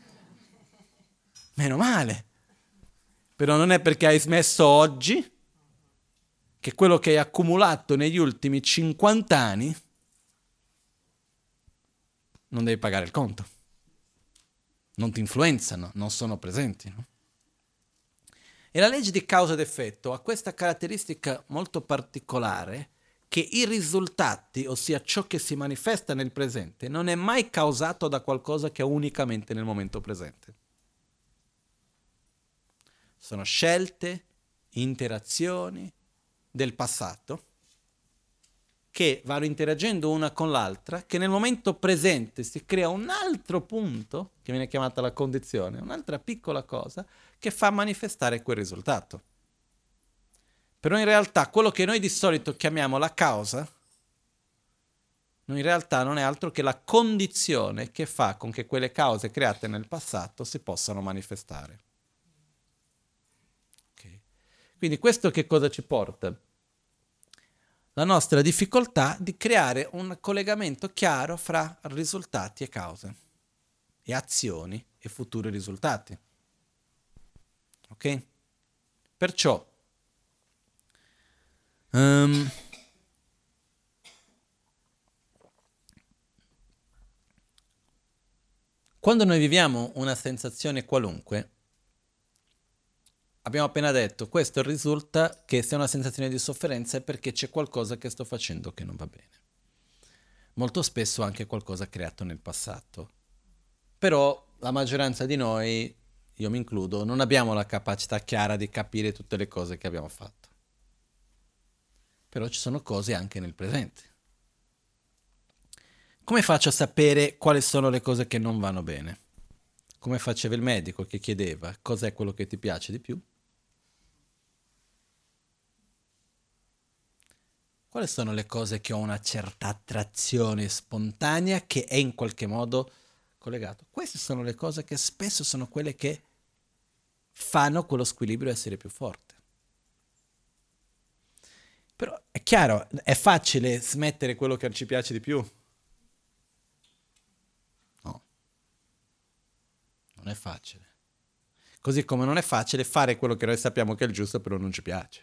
Meno male. Però non è perché hai smesso oggi che quello che hai accumulato negli ultimi cinquanta anni non devi pagare il conto. Non ti influenzano, non sono presenti. No? E la legge di causa ed effetto ha questa caratteristica molto particolare che i risultati, ossia ciò che si manifesta nel presente, non è mai causato da qualcosa che è unicamente nel momento presente. Sono scelte, interazioni del passato che vanno interagendo una con l'altra, che nel momento presente si crea un altro punto, che viene chiamata la condizione, un'altra piccola cosa, che fa manifestare quel risultato. Però in realtà quello che noi di solito chiamiamo la causa, in realtà non è altro che la condizione che fa con che quelle cause create nel passato si possano manifestare. Okay. Quindi questo che cosa ci porta? La nostra difficoltà di creare un collegamento chiaro fra risultati e cause, e azioni e futuri risultati. Ok? Perciò Um, quando noi viviamo una sensazione qualunque, abbiamo appena detto, questo risulta che se è una sensazione di sofferenza è perché c'è qualcosa che sto facendo che non va bene. Molto spesso anche qualcosa creato nel passato. Però la maggioranza di noi, io mi includo, non abbiamo la capacità chiara di capire tutte le cose che abbiamo fatto. Però ci sono cose anche nel presente. Come faccio a sapere quali sono le cose che non vanno bene? Come faceva il medico che chiedeva cos'è quello che ti piace di più? Quali sono le cose che ho una certa attrazione spontanea che è in qualche modo collegato? Queste sono le cose che spesso sono quelle che fanno quello squilibrio essere più forte. Però è chiaro, è facile smettere quello che ci piace di più? No, non è facile. Così come non è facile fare quello che noi sappiamo che è il giusto, però non ci piace.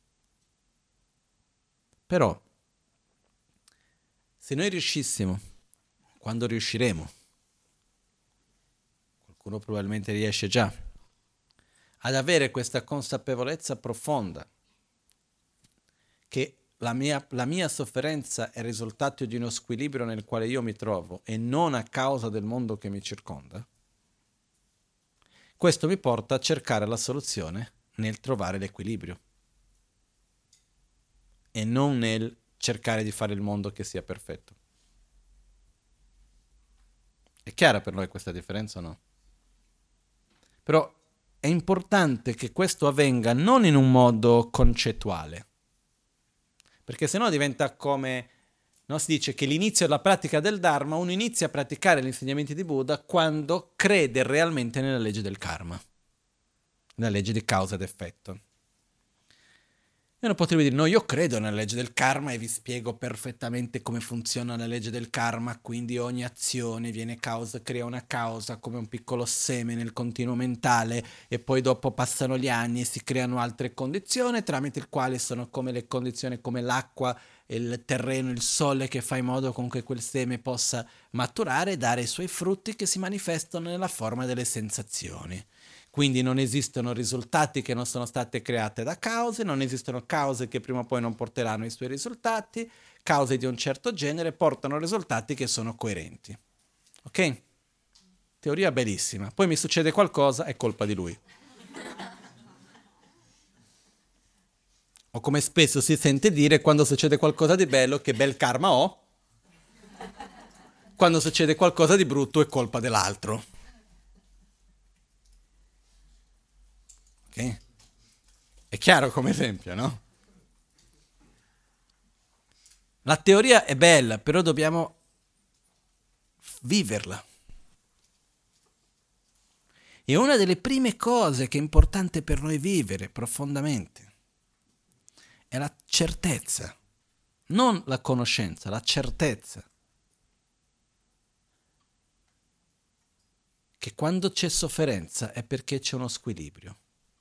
Però, se noi riuscissimo, quando riusciremo, qualcuno probabilmente riesce già, ad avere questa consapevolezza profonda che la mia, la mia sofferenza è il risultato di uno squilibrio nel quale io mi trovo e non a causa del mondo che mi circonda, questo mi porta a cercare la soluzione nel trovare l'equilibrio e non nel cercare di fare il mondo che sia perfetto. È chiara per noi questa differenza o no? Però è importante che questo avvenga non in un modo concettuale, perché sennò diventa come, no? Si dice che l'inizio della pratica del Dharma, uno inizia a praticare gli insegnamenti di Buddha quando crede realmente nella legge del karma, nella legge di causa ed effetto. E uno potrebbe dire, no, io credo nella legge del karma e vi spiego perfettamente come funziona la legge del karma, quindi ogni azione viene causa, crea una causa come un piccolo seme nel continuo mentale e poi dopo passano gli anni e si creano altre condizioni tramite il quale sono come le condizioni come l'acqua, il terreno, il sole che fa in modo con che quel seme possa maturare e dare i suoi frutti che si manifestano nella forma delle sensazioni. Quindi non esistono risultati che non sono state create da cause, non esistono cause che prima o poi non porteranno i suoi risultati, cause di un certo genere portano risultati che sono coerenti. Ok? Teoria bellissima. Poi mi succede qualcosa, è colpa di lui. O come spesso si sente dire, quando succede qualcosa di bello, che bel karma ho. Quando succede qualcosa di brutto è colpa dell'altro. Ok? È chiaro come esempio, no? La teoria è bella, però dobbiamo viverla. E una delle prime cose che è importante per noi vivere profondamente è la certezza, non la conoscenza, la certezza che quando c'è sofferenza è perché c'è uno squilibrio,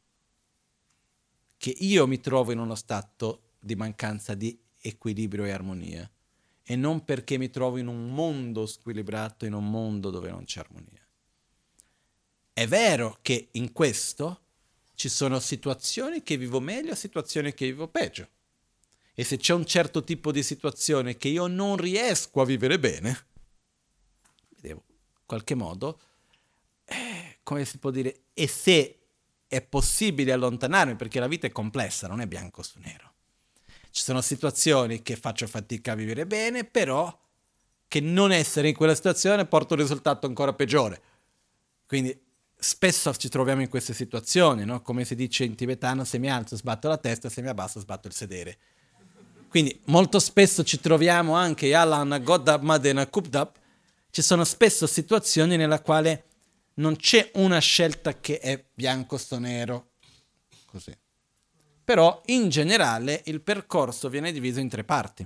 che io mi trovo in uno stato di mancanza di equilibrio e armonia e non perché mi trovo in un mondo squilibrato, in un mondo dove non c'è armonia. È vero che in questo ci sono situazioni che vivo meglio e situazioni che vivo peggio. E se c'è un certo tipo di situazione che io non riesco a vivere bene, devo in qualche modo, eh, come si può dire, e se è possibile allontanarmi, perché la vita è complessa, non è bianco su nero. Ci sono situazioni che faccio fatica a vivere bene, però che non essere in quella situazione porta un risultato ancora peggiore. Quindi spesso ci troviamo in queste situazioni, no? Come si dice in tibetano, se mi alzo sbatto la testa, se mi abbasso sbatto il sedere. Quindi molto spesso ci troviamo anche Yalan Godab Madena Kupdab, ci sono spesso situazioni nella quale non c'è una scelta che è bianco sto nero, così. Però in generale il percorso viene diviso in tre parti.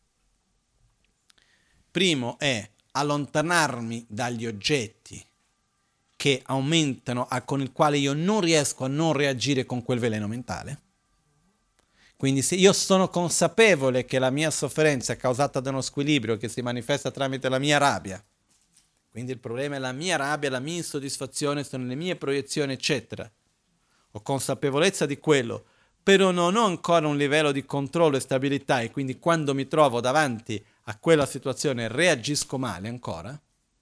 Primo è allontanarmi dagli oggetti che aumentano, a, con il quale io non riesco a non reagire con quel veleno mentale. Quindi se io sono consapevole che la mia sofferenza è causata da uno squilibrio che si manifesta tramite la mia rabbia, quindi il problema è la mia rabbia, la mia insoddisfazione, sono le mie proiezioni, eccetera. Ho consapevolezza di quello, però non ho ancora un livello di controllo e stabilità e quindi quando mi trovo davanti a quella situazione reagisco male ancora.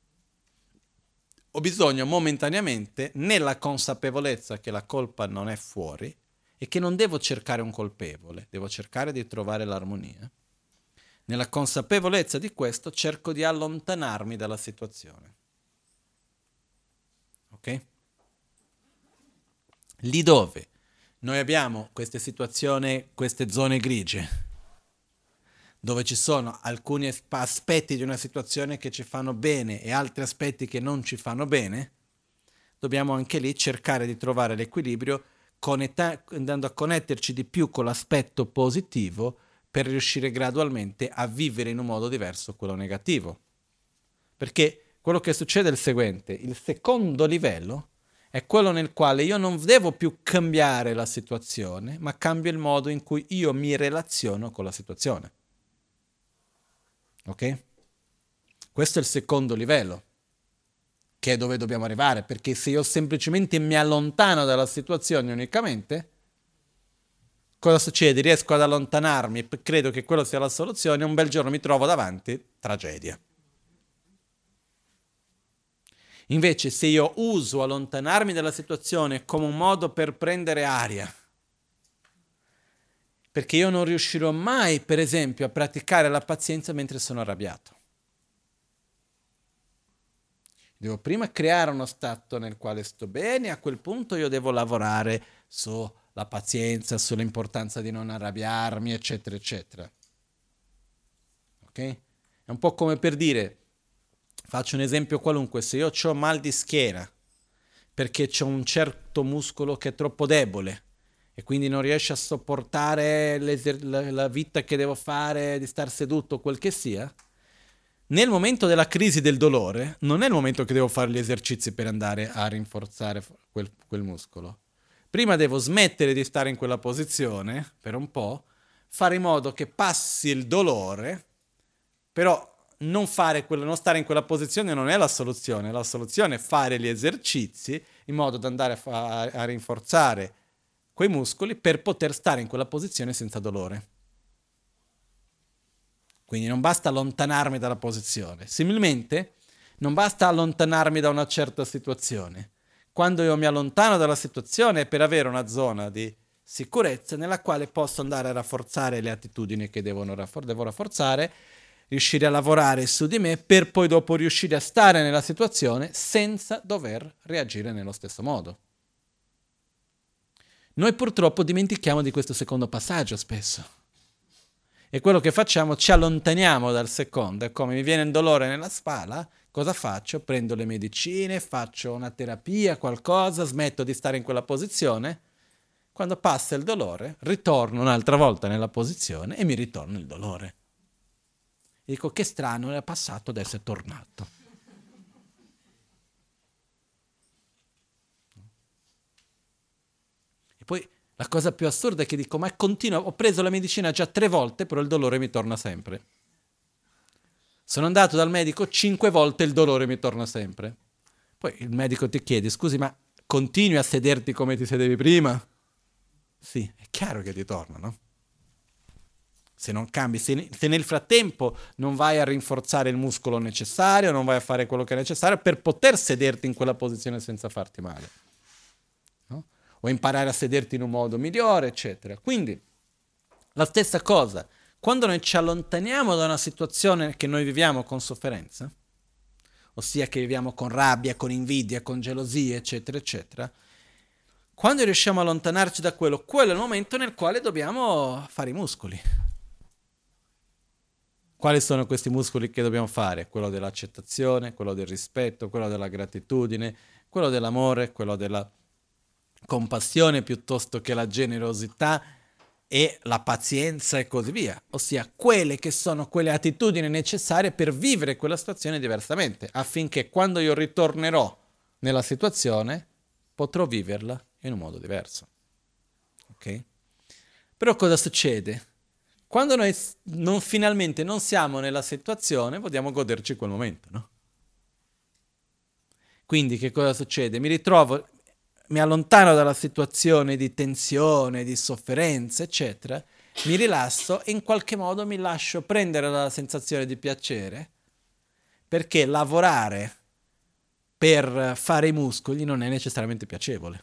Ho bisogno momentaneamente, nella consapevolezza che la colpa non è fuori e che non devo cercare un colpevole, devo cercare di trovare l'armonia. Nella consapevolezza di questo cerco di allontanarmi dalla situazione. Ok? Lì dove noi abbiamo queste situazioni, queste zone grigie, dove ci sono alcuni aspetti di una situazione che ci fanno bene e altri aspetti che non ci fanno bene, dobbiamo anche lì cercare di trovare l'equilibrio connetta- andando a connetterci di più con l'aspetto positivo per riuscire gradualmente a vivere in un modo diverso quello negativo. Perché quello che succede è il seguente: il secondo livello è quello nel quale io non devo più cambiare la situazione, ma cambio il modo in cui io mi relaziono con la situazione. Ok? Questo è il secondo livello, che è dove dobbiamo arrivare, perché se io semplicemente mi allontano dalla situazione unicamente, cosa succede? Riesco ad allontanarmi e credo che quello sia la soluzione, un bel giorno mi trovo davanti, tragedia. Invece se io uso allontanarmi dalla situazione come un modo per prendere aria, perché io non riuscirò mai, per esempio, a praticare la pazienza mentre sono arrabbiato. Devo prima creare uno stato nel quale sto bene, a quel punto io devo lavorare sulla pazienza, sull'importanza di non arrabbiarmi, eccetera, eccetera. Ok? È un po' come per dire, faccio un esempio qualunque, se io ho mal di schiena perché c'è un certo muscolo che è troppo debole e quindi non riesce a sopportare la, la vita che devo fare di star seduto, quel che sia, nel momento della crisi del dolore non è il momento che devo fare gli esercizi per andare a rinforzare quel, quel muscolo. Prima devo smettere di stare in quella posizione per un po', fare in modo che passi il dolore, però non, fare quello, non stare in quella posizione non è la soluzione. La soluzione è fare gli esercizi in modo da andare a, fa- a rinforzare quei muscoli per poter stare in quella posizione senza dolore. Quindi non basta allontanarmi dalla posizione. Similmente, non basta allontanarmi da una certa situazione. Quando io mi allontano dalla situazione è per avere una zona di sicurezza nella quale posso andare a rafforzare le attitudini che devono raffor- devo rafforzare, riuscire a lavorare su di me per poi dopo riuscire a stare nella situazione senza dover reagire nello stesso modo. Noi purtroppo dimentichiamo di questo secondo passaggio spesso. E quello che facciamo, ci allontaniamo dal secondo. È come mi viene un dolore nella spalla, cosa faccio? Prendo le medicine, faccio una terapia, qualcosa, smetto di stare in quella posizione. Quando passa il dolore, ritorno un'altra volta nella posizione e mi ritorna il dolore. E dico, che strano, era passato, adesso è tornato. E poi la cosa più assurda è che dico, ma continuo, ho preso la medicina già tre volte, però il dolore mi torna sempre. Sono andato dal medico cinque volte, il dolore mi torna sempre. Poi il medico ti chiede, scusi, ma continui a sederti come ti sedevi prima? Sì, è chiaro che ti torna, no? Se non cambi, se, se nel frattempo non vai a rinforzare il muscolo necessario, non vai a fare quello che è necessario per poter sederti in quella posizione senza farti male. No? O imparare a sederti in un modo migliore, eccetera. Quindi, la stessa cosa, quando noi ci allontaniamo da una situazione che noi viviamo con sofferenza, ossia che viviamo con rabbia, con invidia, con gelosia, eccetera, eccetera, quando riusciamo a allontanarci da quello, quello è il momento nel quale dobbiamo fare i muscoli. Quali sono questi muscoli che dobbiamo fare? Quello dell'accettazione, quello del rispetto, quello della gratitudine, quello dell'amore, quello della compassione piuttosto che la generosità e la pazienza e così via. Ossia, quelle che sono quelle attitudini necessarie per vivere quella situazione diversamente, affinché quando io ritornerò nella situazione potrò viverla in un modo diverso. Ok? Però cosa succede? Quando noi non, finalmente non siamo nella situazione, vogliamo goderci quel momento, no? Quindi che cosa succede? Mi ritrovo, mi allontano dalla situazione di tensione, di sofferenza, eccetera, mi rilasso e in qualche modo mi lascio prendere dalla sensazione di piacere, perché lavorare per fare i muscoli non è necessariamente piacevole.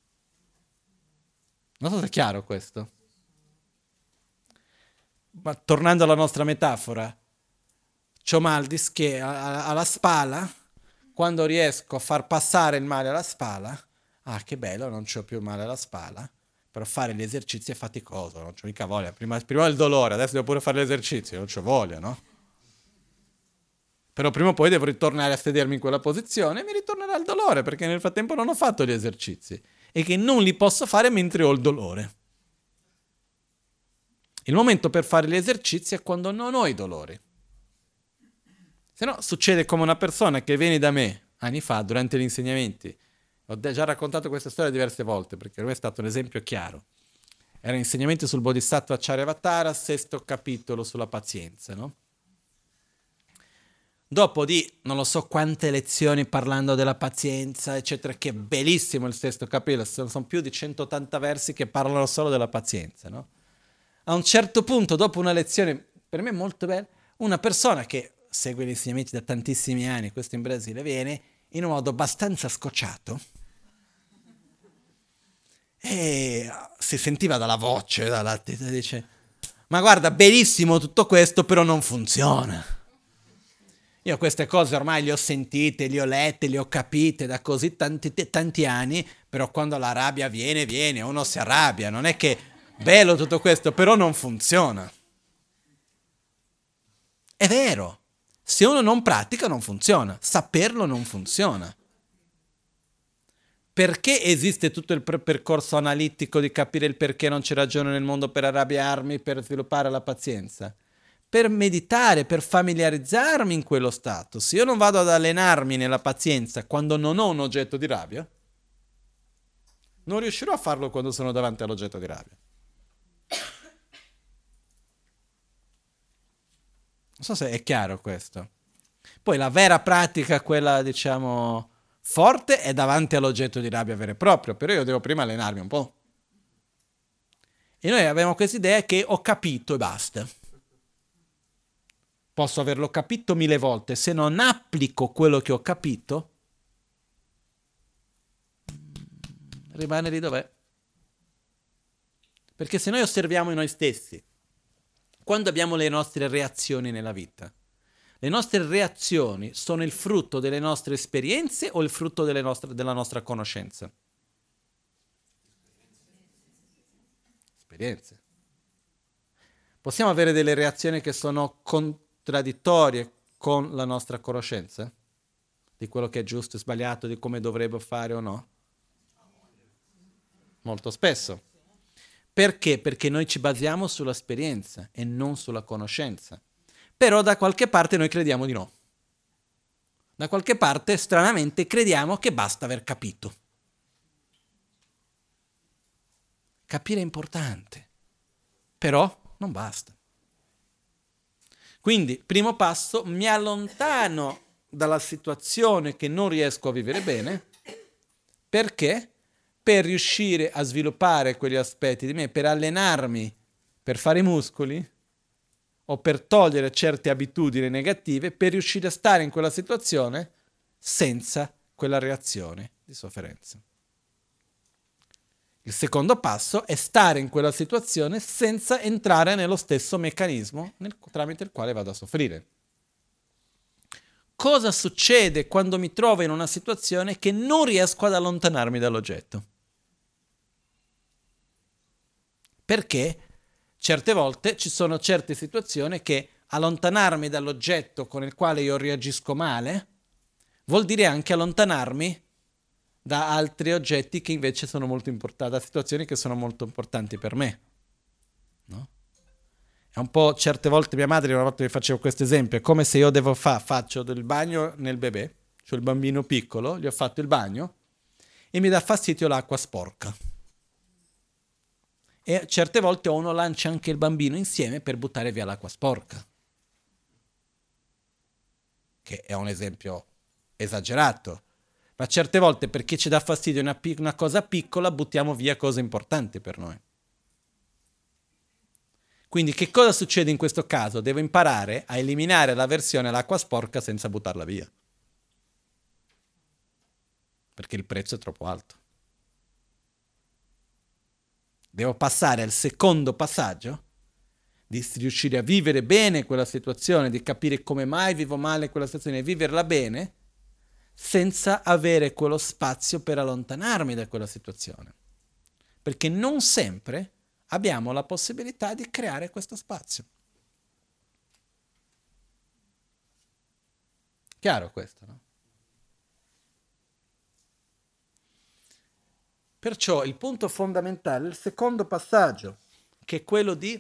Non so se è chiaro questo. Ma tornando alla nostra metafora, c'ho mal di schiena alla spalla, quando riesco a far passare il male alla spalla, ah che bello, non c'ho più male alla spalla, però fare gli esercizi è faticoso, non c'ho mica voglia, prima, prima il dolore, adesso devo pure fare gli esercizi, non c'ho voglia, no? Però prima o poi devo ritornare a sedermi in quella posizione e mi ritornerà il dolore, perché nel frattempo non ho fatto gli esercizi e che non li posso fare mentre ho il dolore. Il momento per fare gli esercizi è quando non ho i dolori. Se no, succede come una persona che viene da me anni fa durante gli insegnamenti. Ho già raccontato questa storia diverse volte perché per me è stato un esempio chiaro. Era insegnamenti sul Bodhisattva Charyavatara, sesto capitolo sulla pazienza, no? dopo di non lo so quante lezioni parlando della pazienza, eccetera, che è bellissimo il sesto capitolo, sono più di centottanta versi che parlano solo della pazienza, no? A un certo punto, dopo una lezione, per me molto bella, una persona che segue gli insegnamenti da tantissimi anni, questo in Brasile, viene in un modo abbastanza scocciato e si sentiva dalla voce, dalla testa, dice: ma guarda, benissimo tutto questo, però non funziona. Io queste cose ormai le ho sentite, le ho lette, le ho capite da così tanti, tanti anni, però quando la rabbia viene, viene, uno si arrabbia, non è che bello tutto questo, però non funziona. È vero, se uno non pratica non funziona, saperlo non funziona. Perché esiste tutto il percorso analitico di capire il perché non c'è ragione nel mondo per arrabbiarmi, per sviluppare la pazienza? Per meditare, per familiarizzarmi in quello stato. Se io non vado ad allenarmi nella pazienza quando non ho un oggetto di rabbia, non riuscirò a farlo quando sono davanti all'oggetto di rabbia. Non so se è chiaro questo. Poi la vera pratica, quella diciamo forte, è davanti all'oggetto di rabbia vero e proprio, però io devo prima allenarmi un po'. E noi abbiamo questa idea che ho capito e basta. Posso averlo capito mille volte, se non applico quello che ho capito, rimane lì dov'è. Perché se noi osserviamo noi stessi, quando abbiamo le nostre reazioni nella vita, le nostre reazioni sono il frutto delle nostre esperienze o il frutto delle nostre, della nostra conoscenza? Esperienze. Possiamo avere delle reazioni che sono contraddittorie con la nostra conoscenza? Di quello che è giusto e sbagliato, di come dovrebbe fare o no? Molto spesso. Perché? Perché noi ci basiamo sull'esperienza e non sulla conoscenza. Però da qualche parte noi crediamo di no. Da qualche parte, stranamente, crediamo che basta aver capito. Capire è importante, però non basta. Quindi, primo passo, mi allontano dalla situazione che non riesco a vivere bene. Perché? Per riuscire a sviluppare quegli aspetti di me, per allenarmi, per fare i muscoli, o per togliere certe abitudini negative, per riuscire a stare in quella situazione senza quella reazione di sofferenza. Il secondo passo è stare in quella situazione senza entrare nello stesso meccanismo nel, tramite il quale vado a soffrire. Cosa succede quando mi trovo in una situazione che non riesco ad allontanarmi dall'oggetto? Perché certe volte ci sono certe situazioni che allontanarmi dall'oggetto con il quale io reagisco male vuol dire anche allontanarmi da altri oggetti che invece sono molto importanti, da situazioni che sono molto importanti per me. No? È un po' certe volte mia madre una volta mi faceva questo esempio, è come se io devo fare, faccio del bagno nel bebè, cioè il bambino piccolo, gli ho fatto il bagno e mi dà fastidio l'acqua sporca. E certe volte uno lancia anche il bambino insieme per buttare via l'acqua sporca. Che è un esempio esagerato. Ma certe volte perché ci dà fastidio una, una cosa piccola buttiamo via cose importanti per noi. Quindi che cosa succede in questo caso? Devo imparare a eliminare l'avversione all'acqua sporca senza buttarla via. Perché il prezzo è troppo alto. Devo passare al secondo passaggio, di riuscire a vivere bene quella situazione, di capire come mai vivo male quella situazione e viverla bene, senza avere quello spazio per allontanarmi da quella situazione. Perché non sempre abbiamo la possibilità di creare questo spazio. Chiaro questo, no? Perciò il punto fondamentale, il secondo passaggio, che è quello di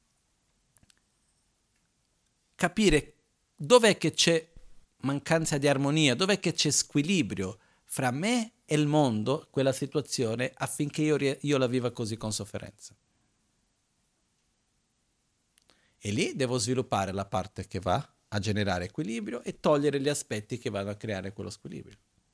capire dov'è che c'è mancanza di armonia, dov'è che c'è squilibrio fra me e il mondo, quella situazione, affinché io, io la viva così con sofferenza. E lì devo sviluppare la parte che va a generare equilibrio e togliere gli aspetti che vanno a creare quello squilibrio.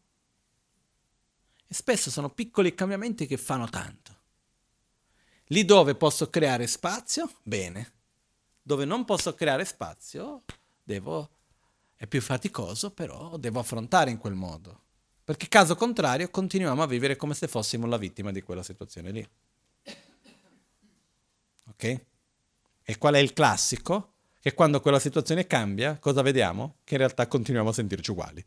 E spesso sono piccoli cambiamenti che fanno tanto. Lì dove posso creare spazio, bene. Dove non posso creare spazio, devo, è più faticoso, però devo affrontare in quel modo. Perché caso contrario continuiamo a vivere come se fossimo la vittima di quella situazione lì. Ok? E qual è il classico? Che quando quella situazione cambia, cosa vediamo? Che in realtà continuiamo a sentirci uguali.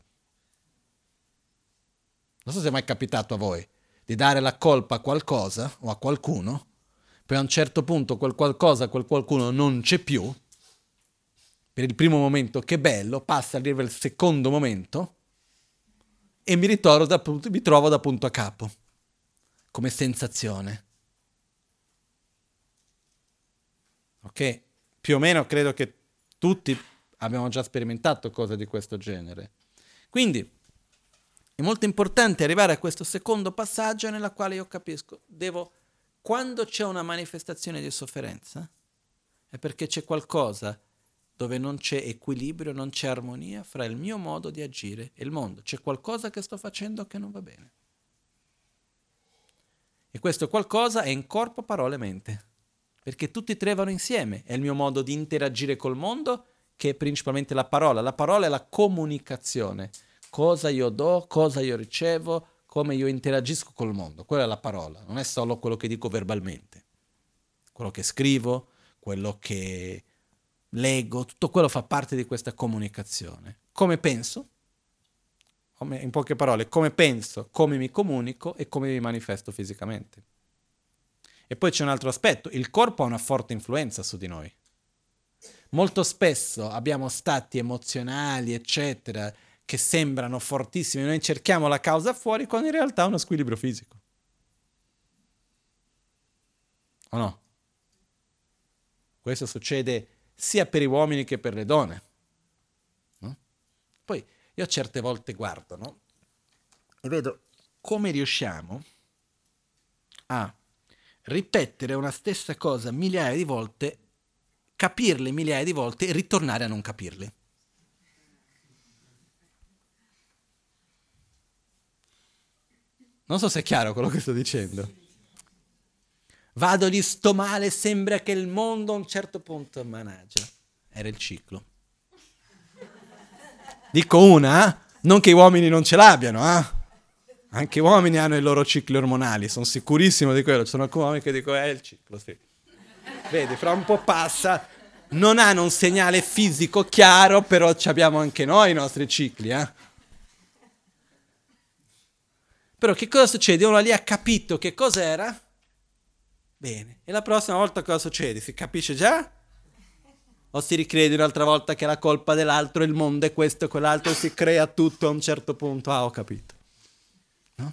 Non so se è mai capitato a voi di dare la colpa a qualcosa o a qualcuno, poi a un certo punto quel qualcosa, quel qualcuno non c'è più, per il primo momento che bello, passa, arriva il secondo momento e mi, ritrovo da, mi trovo da punto a capo, come sensazione. Ok? Più o meno credo che tutti abbiamo già sperimentato cose di questo genere. Quindi è molto importante arrivare a questo secondo passaggio nella quale io capisco, devo, quando c'è una manifestazione di sofferenza, è perché c'è qualcosa dove non c'è equilibrio, non c'è armonia fra il mio modo di agire e il mondo. C'è qualcosa che sto facendo che non va bene. E questo qualcosa è in corpo, parole e mente. Perché tutti e tre vanno insieme. È il mio modo di interagire col mondo, che è principalmente la parola. La parola è la comunicazione. Cosa io do, cosa io ricevo, come io interagisco col mondo. Quella è la parola, non è solo quello che dico verbalmente. Quello che scrivo, quello che leggo, tutto quello fa parte di questa comunicazione. Come penso, in poche parole, come penso, come mi comunico e come mi manifesto fisicamente. E poi c'è un altro aspetto, il corpo ha una forte influenza su di noi. Molto spesso abbiamo stati emozionali, eccetera, che sembrano fortissimi, noi cerchiamo la causa fuori quando in realtà è uno squilibrio fisico. O no? Questo succede sia per gli uomini che per le donne. No? Poi io certe volte guardo, no? E vedo come riusciamo a ripetere una stessa cosa migliaia di volte, capirle migliaia di volte e ritornare a non capirle. Non so se è chiaro quello che sto dicendo. Vado lì, sto male, sembra che il mondo a un certo punto, mannaggia, era il ciclo. Dico una, eh? Non che gli uomini non ce l'abbiano, eh? Anche gli uomini hanno i loro cicli ormonali, sono sicurissimo di quello. Ci sono alcuni uomini che dicono, è il ciclo, sì. Vedi, fra un po' passa, non hanno un segnale fisico chiaro, però abbiamo anche noi i nostri cicli, eh? Però che cosa succede? Uno lì ha capito che cos'era? Bene. E la prossima volta cosa succede? Si capisce già? O si ricrede un'altra volta che la colpa dell'altro, il mondo è questo e quell'altro, si crea tutto a un certo punto? Ah, ho capito. No?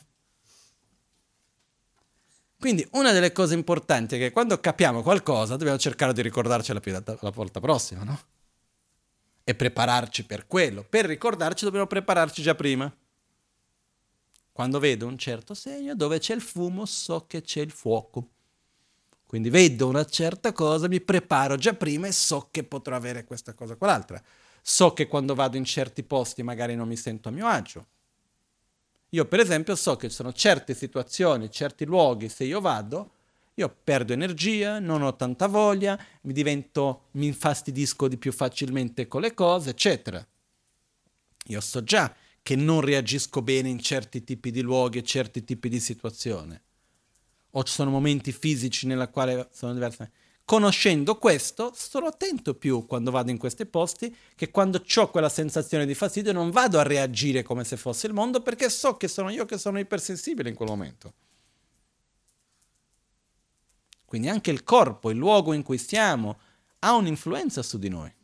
Quindi una delle cose importanti è che quando capiamo qualcosa dobbiamo cercare di ricordarcela la, la volta prossima, no? E prepararci per quello. Per ricordarci dobbiamo prepararci già prima. Quando vedo un certo segno, dove c'è il fumo so che c'è il fuoco. Quindi vedo una certa cosa, mi preparo già prima e so che potrò avere questa cosa o quell'altra. So che quando vado in certi posti magari non mi sento a mio agio. Io per esempio so che ci sono certe situazioni, certi luoghi, se io vado, io perdo energia, non ho tanta voglia, mi divento, mi infastidisco di più facilmente con le cose, eccetera. Io so già che non reagisco bene in certi tipi di luoghi e certi tipi di situazioni. O ci sono momenti fisici nella quale sono diverse. Conoscendo questo, sono attento più quando vado in questi posti, che quando ho quella sensazione di fastidio non vado a reagire come se fosse il mondo, perché so che sono io che sono ipersensibile in quel momento. Quindi anche il corpo, il luogo in cui stiamo, ha un'influenza su di noi.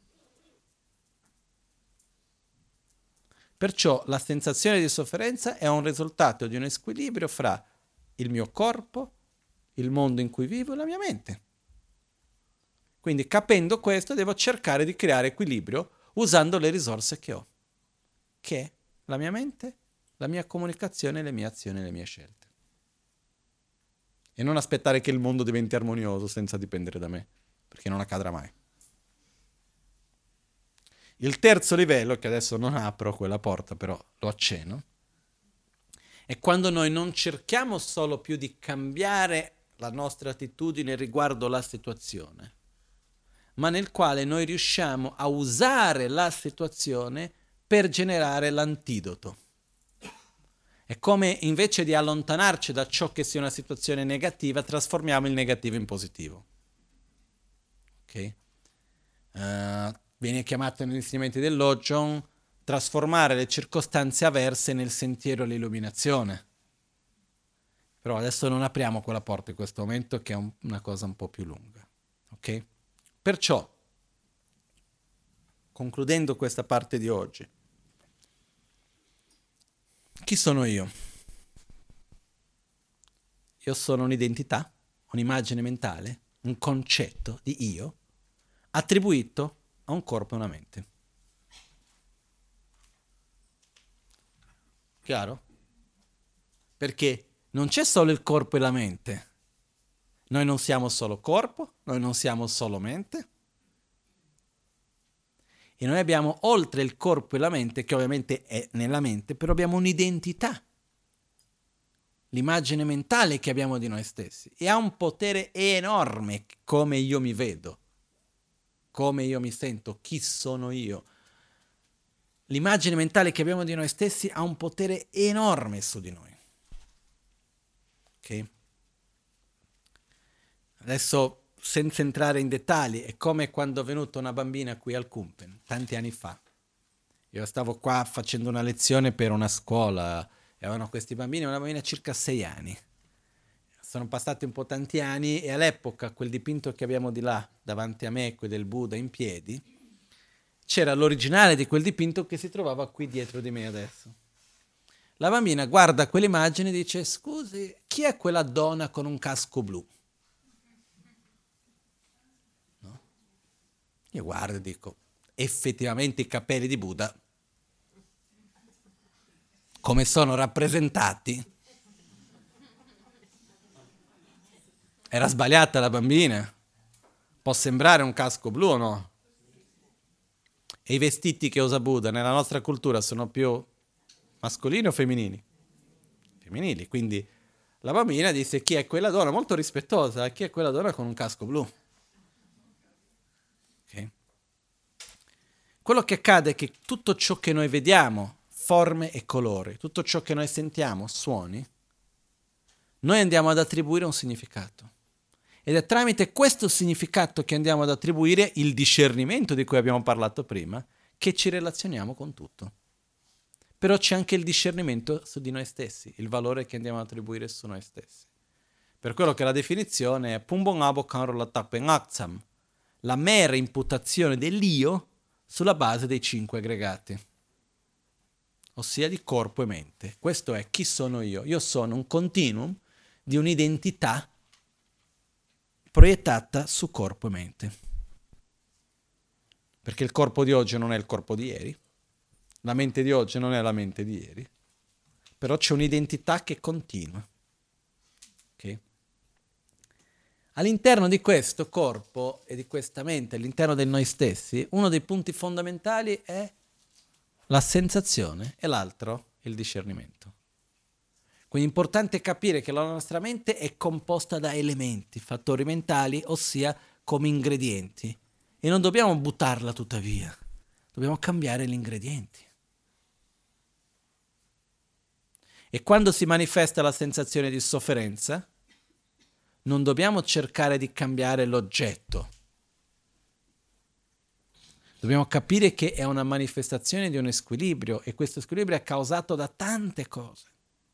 Perciò la sensazione di sofferenza è un risultato di un squilibrio fra il mio corpo, il mondo in cui vivo e la mia mente. Quindi capendo questo devo cercare di creare equilibrio usando le risorse che ho, che è la mia mente, la mia comunicazione, le mie azioni e le mie scelte. E non aspettare che il mondo diventi armonioso senza dipendere da me, perché non accadrà mai. Il terzo livello, che adesso non apro quella porta, però lo accenno, è quando noi non cerchiamo solo più di cambiare la nostra attitudine riguardo la situazione, ma nel quale noi riusciamo a usare la situazione per generare l'antidoto. È come invece di allontanarci da ciò che sia una situazione negativa, trasformiamo il negativo in positivo. Ok? Uh, viene chiamato negli insegnamenti del Lojong trasformare le circostanze avverse nel sentiero all'illuminazione. Però adesso non apriamo quella porta in questo momento, che è un, una cosa un po' più lunga. Ok? Perciò, concludendo questa parte di oggi, chi sono io? Io sono un'identità, un'immagine mentale, un concetto di io attribuito a un corpo e una mente. Chiaro? Perché non c'è solo il corpo e la mente. Noi non siamo solo corpo, noi non siamo solo mente. E noi abbiamo, oltre il corpo e la mente, che ovviamente è nella mente, però abbiamo un'identità. L'immagine mentale che abbiamo di noi stessi. E ha un potere enorme come io mi vedo, come io mi sento, chi sono io. L'immagine mentale che abbiamo di noi stessi ha un potere enorme su di noi. Ok? Adesso, senza entrare in dettagli, è come quando è venuta una bambina qui al Kumpen, tanti anni fa. Io stavo qua facendo una lezione per una scuola, e avevano questi bambini, una bambina circa sei anni. Sono passati un po' tanti anni e all'epoca quel dipinto che abbiamo di là, davanti a me, quello del Buddha in piedi, c'era l'originale di quel dipinto che si trovava qui dietro di me adesso. La bambina guarda quell'immagine e dice: scusi, chi è quella donna con un casco blu? No? Io guardo e dico: effettivamente i capelli di Buddha, come sono rappresentati, era sbagliata la bambina. Può sembrare un casco blu o no? E i vestiti che usa Buddha nella nostra cultura sono più mascolini o femminili? Femminili, quindi la bambina disse: chi è quella donna? Molto rispettosa, chi è quella donna con un casco blu? Okay. Quello che accade è che tutto ciò che noi vediamo, forme e colori, tutto ciò che noi sentiamo, suoni, noi andiamo ad attribuire un significato. Ed è tramite questo significato che andiamo ad attribuire il discernimento di cui abbiamo parlato prima, che ci relazioniamo con tutto. Però c'è anche il discernimento su di noi stessi, il valore che andiamo ad attribuire su noi stessi. Per quello che la definizione è Pumbon Abo Kanro Latapen Aktsam, la mera imputazione dell'io sulla base dei cinque aggregati, ossia di corpo e mente. Questo è chi sono io. Io sono un continuum di un'identità proiettata su corpo e mente. Perché il corpo di oggi non è il corpo di ieri, la mente di oggi non è la mente di ieri, però c'è un'identità che continua. Okay? All'interno di questo corpo e di questa mente, all'interno di noi stessi, uno dei punti fondamentali è la sensazione e l'altro il discernimento. Quindi è importante capire che la nostra mente è composta da elementi, fattori mentali, ossia come ingredienti. E non dobbiamo buttarla tutta via, dobbiamo cambiare gli ingredienti. E quando si manifesta la sensazione di sofferenza, non dobbiamo cercare di cambiare l'oggetto. Dobbiamo capire che è una manifestazione di un squilibrio e questo squilibrio è causato da tante cose.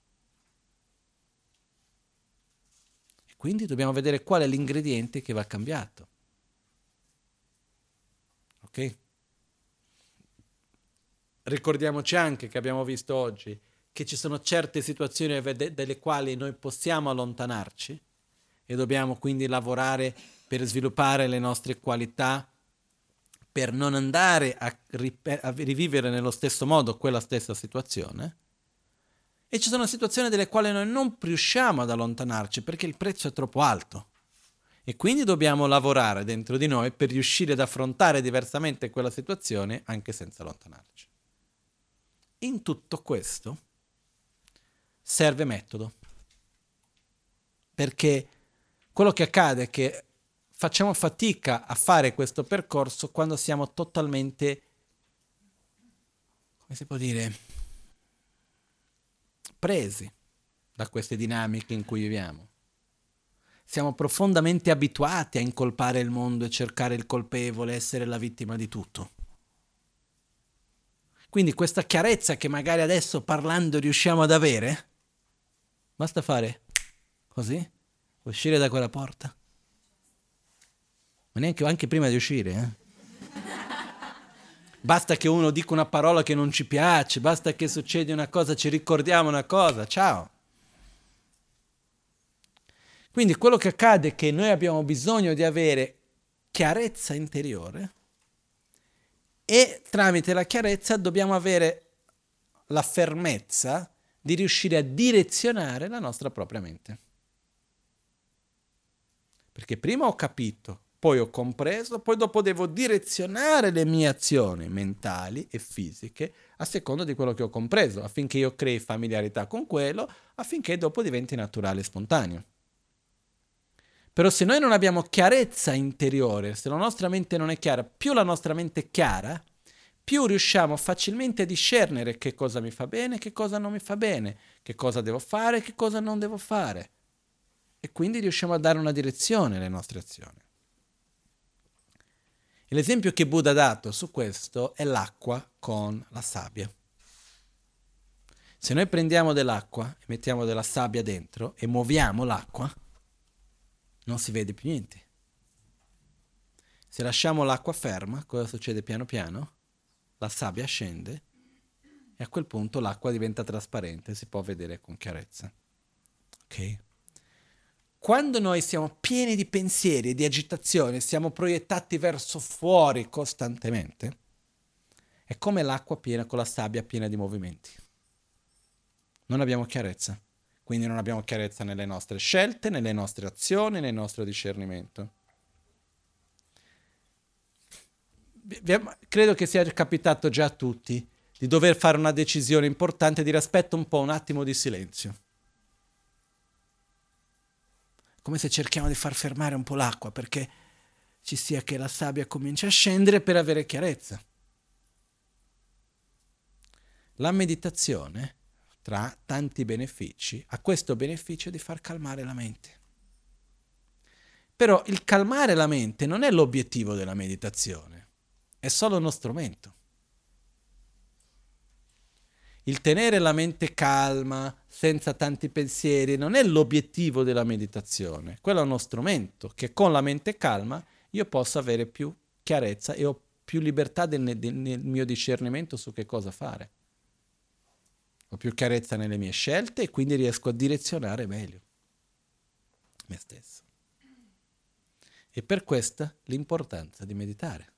Quindi dobbiamo vedere qual è l'ingrediente che va cambiato. Ok? Ricordiamoci anche che abbiamo visto oggi che ci sono certe situazioni dalle quali noi possiamo allontanarci e dobbiamo quindi lavorare per sviluppare le nostre qualità, per non andare a, rip- a rivivere nello stesso modo quella stessa situazione. E ci sono situazioni delle quali noi non riusciamo ad allontanarci perché il prezzo è troppo alto. E quindi dobbiamo lavorare dentro di noi per riuscire ad affrontare diversamente quella situazione anche senza allontanarci. In tutto questo serve metodo, perché quello che accade è che facciamo fatica a fare questo percorso quando siamo totalmente, come si può dire, presi da queste dinamiche in cui viviamo. Siamo profondamente abituati a incolpare il mondo e cercare il colpevole, essere la vittima di tutto. Quindi questa chiarezza che magari adesso parlando riusciamo ad avere, basta fare così, uscire da quella porta. Ma neanche anche prima di uscire, eh? Basta che uno dica una parola che non ci piace, basta che succeda una cosa, ci ricordiamo una cosa, ciao. Quindi quello che accade è che noi abbiamo bisogno di avere chiarezza interiore e tramite la chiarezza dobbiamo avere la fermezza di riuscire a direzionare la nostra propria mente. Perché prima ho capito, poi ho compreso, poi dopo devo direzionare le mie azioni mentali e fisiche a seconda di quello che ho compreso, affinché io crei familiarità con quello, affinché dopo diventi naturale e spontaneo. Però se noi non abbiamo chiarezza interiore, se la nostra mente non è chiara, più la nostra mente è chiara, più riusciamo facilmente a discernere che cosa mi fa bene, che cosa non mi fa bene, che cosa devo fare, che cosa non devo fare. E quindi riusciamo a dare una direzione alle nostre azioni. E l'esempio che Buddha ha dato su questo è l'acqua con la sabbia. Se noi prendiamo dell'acqua e mettiamo della sabbia dentro e muoviamo l'acqua, non si vede più niente. Se lasciamo l'acqua ferma, cosa succede piano piano? La sabbia scende e a quel punto l'acqua diventa trasparente, si può vedere con chiarezza. Ok? Quando noi siamo pieni di pensieri e di agitazione, siamo proiettati verso fuori costantemente, è come l'acqua piena con la sabbia piena di movimenti. Non abbiamo chiarezza. Quindi non abbiamo chiarezza nelle nostre scelte, nelle nostre azioni, nel nostro discernimento. Credo che sia capitato già a tutti di dover fare una decisione importante, dire aspetta un po', un attimo di silenzio. Come se cerchiamo di far fermare un po' l'acqua perché ci sia che la sabbia cominci a scendere per avere chiarezza. La meditazione, tra tanti benefici, ha questo beneficio di far calmare la mente. Però il calmare la mente non è l'obiettivo della meditazione, è solo uno strumento. Il tenere la mente calma, senza tanti pensieri, non è l'obiettivo della meditazione. Quello è uno strumento che con la mente calma io posso avere più chiarezza e ho più libertà nel, nel mio discernimento su che cosa fare. Ho più chiarezza nelle mie scelte e quindi riesco a direzionare meglio me stesso. E per questa l'importanza di meditare.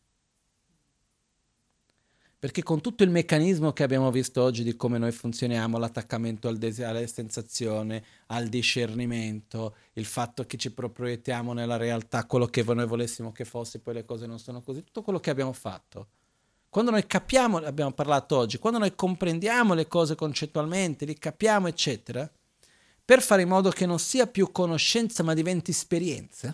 Perché con tutto il meccanismo che abbiamo visto oggi di come noi funzioniamo, l'attaccamento al des- alla sensazione, al discernimento, il fatto che ci proiettiamo nella realtà quello che noi volessimo che fosse, poi le cose non sono così, tutto quello che abbiamo fatto. Quando noi capiamo, abbiamo parlato oggi, quando noi comprendiamo le cose concettualmente, li capiamo, eccetera, per fare in modo che non sia più conoscenza ma diventi esperienza,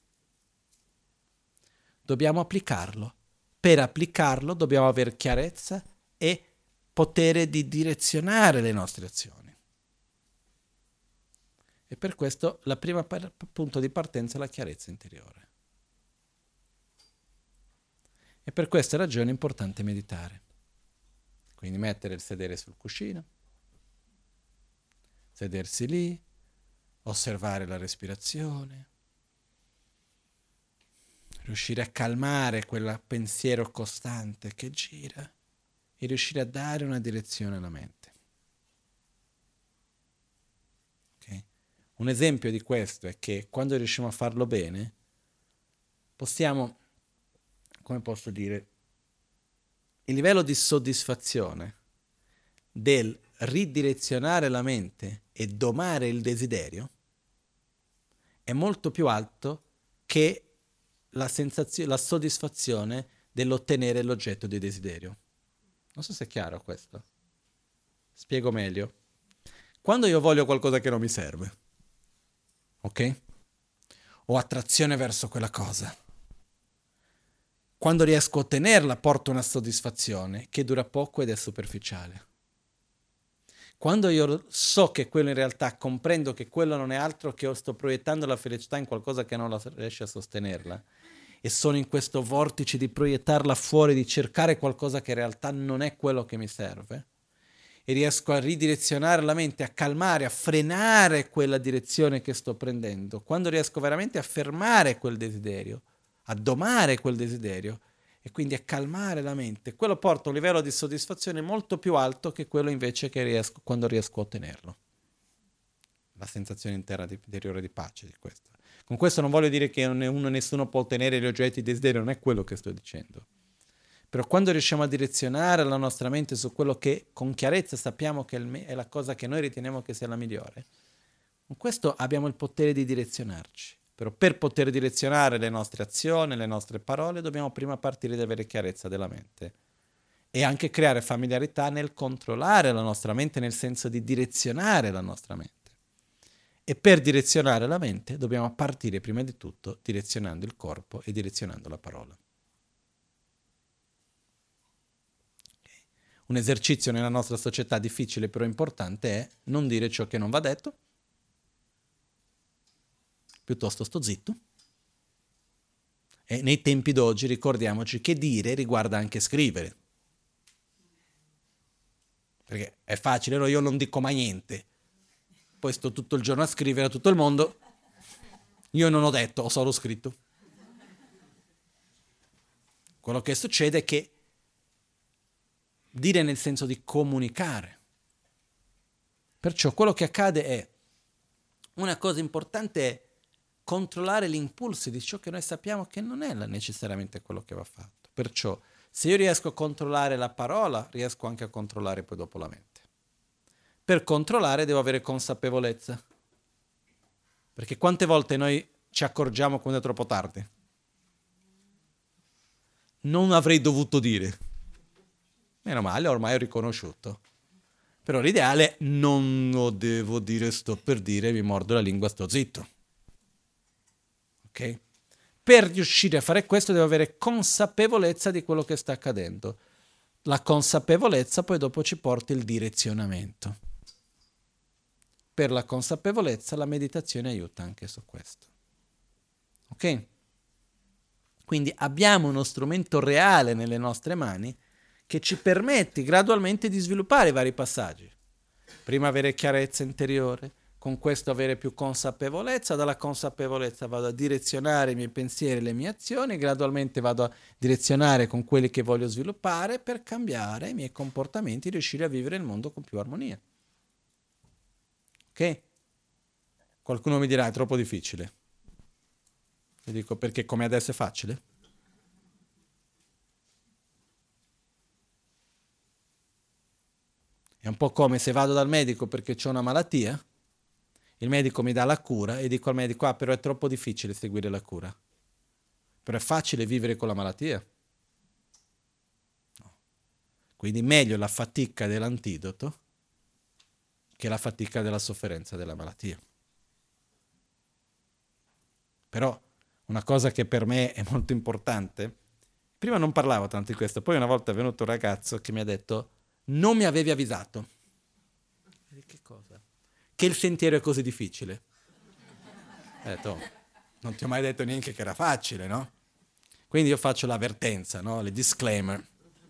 dobbiamo applicarlo. Per applicarlo dobbiamo avere chiarezza e potere di direzionare le nostre azioni. E per questo la prima par- punto di partenza è la chiarezza interiore. E per questa ragione è importante meditare. Quindi mettere il sedere sul cuscino, sedersi lì, osservare la respirazione, riuscire a calmare quel pensiero costante che gira e riuscire a dare una direzione alla mente. Okay? Un esempio di questo è che quando riusciamo a farlo bene, possiamo, come posso dire, il livello di soddisfazione del ridirezionare la mente e domare il desiderio è molto più alto che la sensazione, la soddisfazione dell'ottenere l'oggetto di desiderio. Non so se è chiaro questo. Spiego meglio. Quando io voglio qualcosa che non mi serve, ok? Ho attrazione verso quella cosa. Quando riesco a ottenerla, porto una soddisfazione che dura poco ed è superficiale. Quando io so che quello in realtà, comprendo che quello non è altro che io sto proiettando la felicità in qualcosa che non la riesce a sostenerla, e sono in questo vortice di proiettarla fuori, di cercare qualcosa che in realtà non è quello che mi serve, e riesco a ridirezionare la mente, a calmare, a frenare quella direzione che sto prendendo, quando riesco veramente a fermare quel desiderio, a domare quel desiderio, e quindi a calmare la mente, quello porta un livello di soddisfazione molto più alto che quello invece che riesco quando riesco a ottenerlo. La sensazione interna di, interiore di pace di questo. Con questo non voglio dire che uno, nessuno può ottenere gli oggetti di desiderio, non è quello che sto dicendo. Però quando riusciamo a direzionare la nostra mente su quello che con chiarezza sappiamo che è la cosa che noi riteniamo che sia la migliore, con questo abbiamo il potere di direzionarci. Però per poter direzionare le nostre azioni, le nostre parole, dobbiamo prima partire da avere chiarezza della mente. E anche creare familiarità nel controllare la nostra mente, nel senso di direzionare la nostra mente. E per direzionare la mente dobbiamo partire prima di tutto direzionando il corpo e direzionando la parola. Okay. Un esercizio nella nostra società difficile però importante è non dire ciò che non va detto, piuttosto sto zitto. E nei tempi d'oggi ricordiamoci che dire riguarda anche scrivere. Perché è facile, no? Io non dico mai niente. Poi sto tutto il giorno a scrivere a tutto il mondo. Io non ho detto, ho solo scritto. Quello che succede è che dire nel senso di comunicare. Perciò quello che accade è, una cosa importante è controllare gli impulsi di ciò che noi sappiamo che non è necessariamente quello che va fatto. Perciò, se io riesco a controllare la parola, riesco anche a controllare poi dopo la mente. Per controllare devo avere consapevolezza. Perché quante volte noi ci accorgiamo quando è troppo tardi? Non avrei dovuto dire. Meno male, ormai ho riconosciuto. Però l'ideale, non lo devo dire, sto per dire, mi mordo la lingua, sto zitto. Ok? Per riuscire a fare questo devo avere consapevolezza di quello che sta accadendo. La consapevolezza poi dopo ci porta il direzionamento. Per la consapevolezza la meditazione aiuta anche su questo. Ok? Quindi abbiamo uno strumento reale nelle nostre mani che ci permette gradualmente di sviluppare i vari passaggi. Prima avere chiarezza interiore, con questo avere più consapevolezza, dalla consapevolezza vado a direzionare i miei pensieri e le mie azioni, gradualmente vado a direzionare con quelli che voglio sviluppare per cambiare i miei comportamenti e riuscire a vivere il mondo con più armonia. Ok? Qualcuno mi dirà è troppo difficile. Io dico perché come adesso è facile? È un po' come se vado dal medico perché ho una malattia, il medico mi dà la cura e dico al medico, ah però è troppo difficile seguire la cura. Però è facile vivere con la malattia. No. Quindi meglio la fatica dell'antidoto che la fatica della sofferenza della malattia. Però una cosa che per me è molto importante, prima non parlavo tanto di questo, poi una volta è venuto un ragazzo che mi ha detto, non mi avevi avvisato. E che cosa? Che il sentiero è così difficile. Ho detto, oh, non ti ho mai detto neanche che era facile, no? Quindi io faccio l'avvertenza, no? Le disclaimer.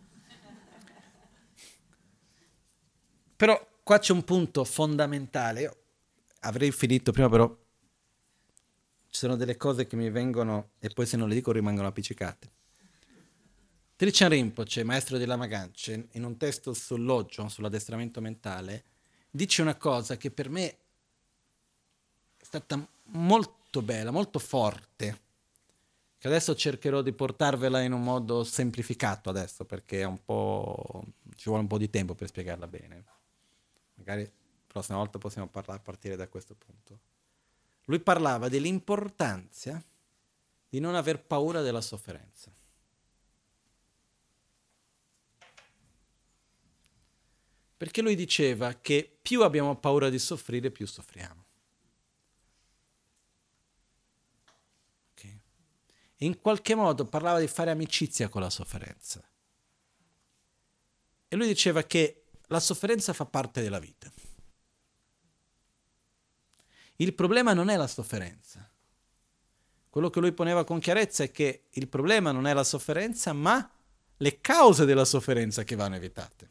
Però qua c'è un punto fondamentale. Io avrei finito prima, però ci sono delle cose che mi vengono e poi se non le dico rimangono appiccicate. Trichan Rinpoche, maestro di Lama Ganchen, in un testo sul Lojong, sull'addestramento mentale, dice una cosa che per me è stata molto bella, molto forte, che adesso cercherò di portarvela in un modo semplificato adesso, perché è un po', ci vuole un po' di tempo per spiegarla bene. Magari la prossima volta possiamo parlare a partire da questo punto. Lui parlava dell'importanza di non aver paura della sofferenza. Perché lui diceva che più abbiamo paura di soffrire, più soffriamo. Okay. E in qualche modo parlava di fare amicizia con la sofferenza. E lui diceva che la sofferenza fa parte della vita. Il problema non è la sofferenza. Quello che lui poneva con chiarezza è che il problema non è la sofferenza, ma le cause della sofferenza che vanno evitate.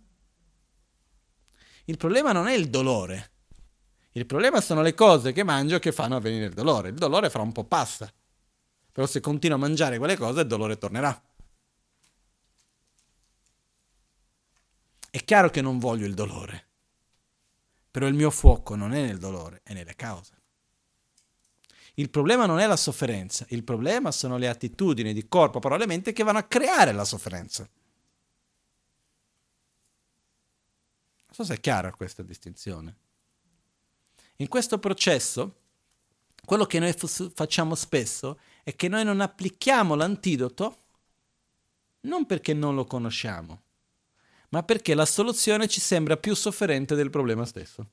Il problema non è il dolore. Il problema sono le cose che mangio che fanno avvenire il dolore. Il dolore fra un po' passa. Però se continuo a mangiare quelle cose, il dolore tornerà. È chiaro che non voglio il dolore, però il mio fuoco non è nel dolore, è nelle cause. Il problema non è la sofferenza, il problema sono le attitudini di corpo, parole e mente che vanno a creare la sofferenza. Non so se è chiara questa distinzione. In questo processo, quello che noi f- facciamo spesso è che noi non applichiamo l'antidoto non perché non lo conosciamo, ma perché la soluzione ci sembra più sofferente del problema stesso.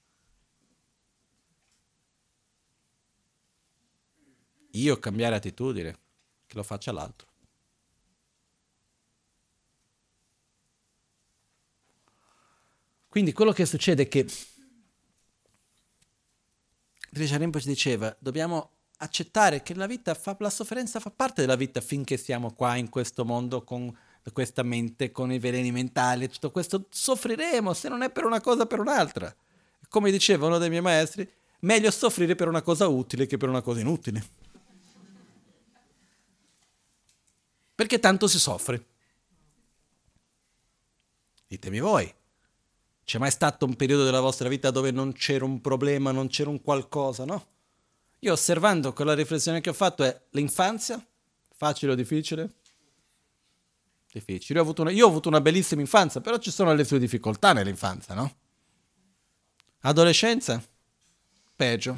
Io cambiare attitudine, che lo faccia l'altro. Quindi quello che succede è che Drisha Rinpoche diceva, dobbiamo accettare che la vita fa, la sofferenza fa parte della vita finché siamo qua in questo mondo con questa mente, con i veleni mentali, tutto questo, soffriremo se non è per una cosa per un'altra. Come diceva uno dei miei maestri, meglio soffrire per una cosa utile che per una cosa inutile. Perché tanto si soffre. Ditemi voi, c'è mai stato un periodo della vostra vita dove non c'era un problema, non c'era un qualcosa, no? Io osservando quella riflessione che ho fatto è l'infanzia, facile o difficile? Difficile. Io ho, avuto una, io ho avuto una bellissima infanzia, però ci sono le sue difficoltà nell'infanzia, no? Adolescenza? Peggio.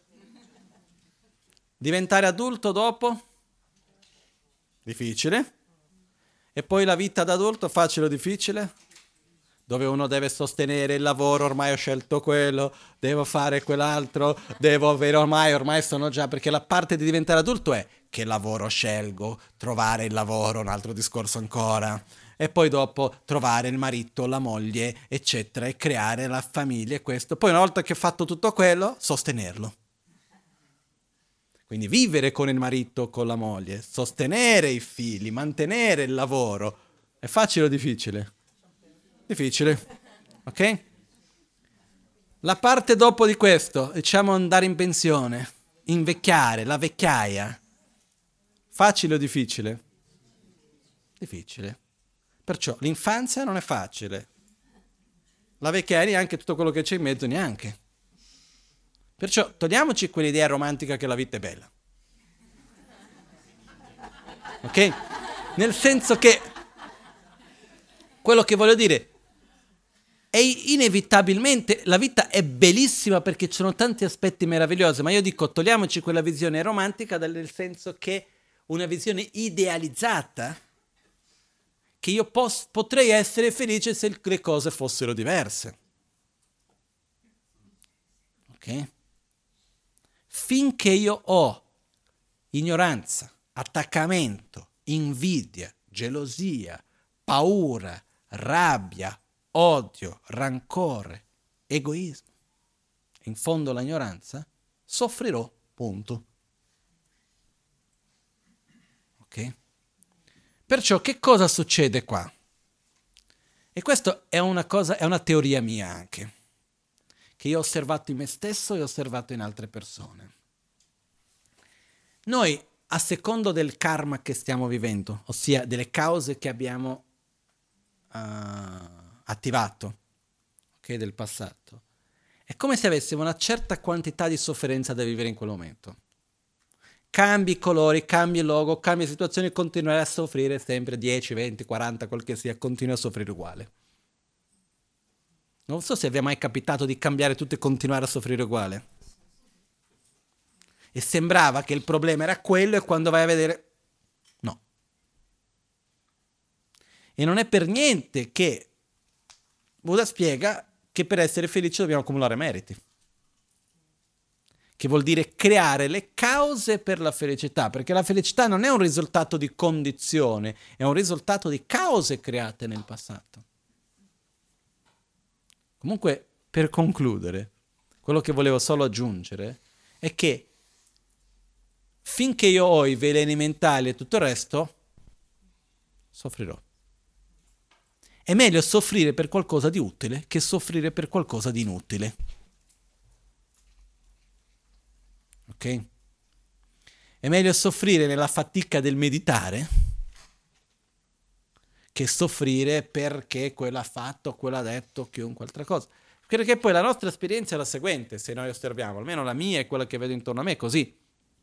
Diventare adulto dopo? Difficile. E poi la vita da adulto, facile o difficile? Dove uno deve sostenere il lavoro, ormai ho scelto quello, devo fare quell'altro, devo avere ormai, ormai sono già, perché la parte di diventare adulto è che lavoro scelgo, trovare il lavoro, un altro discorso ancora, e poi dopo trovare il marito, la moglie, eccetera, e creare la famiglia e questo. Poi una volta che ho fatto tutto quello, sostenerlo. Quindi vivere con il marito, con la moglie, sostenere i figli, mantenere il lavoro, è facile o difficile? Difficile, ok? La parte dopo di questo, diciamo andare in pensione, invecchiare, la vecchiaia, facile o difficile? Difficile. Perciò l'infanzia non è facile, la vecchiaia neanche, tutto quello che c'è in mezzo neanche. Perciò togliamoci quell'idea romantica che la vita è bella. Ok? Nel senso che, quello che voglio dire, è inevitabilmente, la vita è bellissima perché ci sono tanti aspetti meravigliosi, ma io dico togliamoci quella visione romantica nel senso che una visione idealizzata, che io pos- potrei essere felice se le cose fossero diverse. Ok? Finché io ho ignoranza, attaccamento, invidia, gelosia, paura, rabbia, odio, rancore, egoismo, in fondo l'ignoranza, soffrirò, punto. Ok? Perciò che cosa succede qua? E questa è una cosa, è una teoria mia anche, che io ho osservato in me stesso e ho osservato in altre persone. Noi, a secondo del karma che stiamo vivendo, ossia delle cause che abbiamo uh, attivato, okay, del passato, è come se avessimo una certa quantità di sofferenza da vivere in quel momento. Cambi i colori, cambi il logo, cambi situazioni e continuerai a soffrire sempre dieci, venti, quaranta, quel che sia, continui a soffrire uguale. Non so se vi è mai capitato di cambiare tutto e continuare a soffrire uguale. E sembrava che il problema era quello e quando vai a vedere... No. E non è per niente che Buddha spiega che per essere felici dobbiamo accumulare meriti. Che vuol dire creare le cause per la felicità, perché la felicità non è un risultato di condizione, è un risultato di cause create nel passato. Comunque, per concludere, quello che volevo solo aggiungere è che finché io ho i veleni mentali e tutto il resto, soffrirò. È meglio soffrire per qualcosa di utile che soffrire per qualcosa di inutile. Ok? È meglio soffrire nella fatica del meditare che soffrire perché quello ha fatto, quello ha detto, chiunque altra cosa. Perché poi la nostra esperienza è la seguente, se noi osserviamo, almeno la mia e quella che vedo intorno a me è così.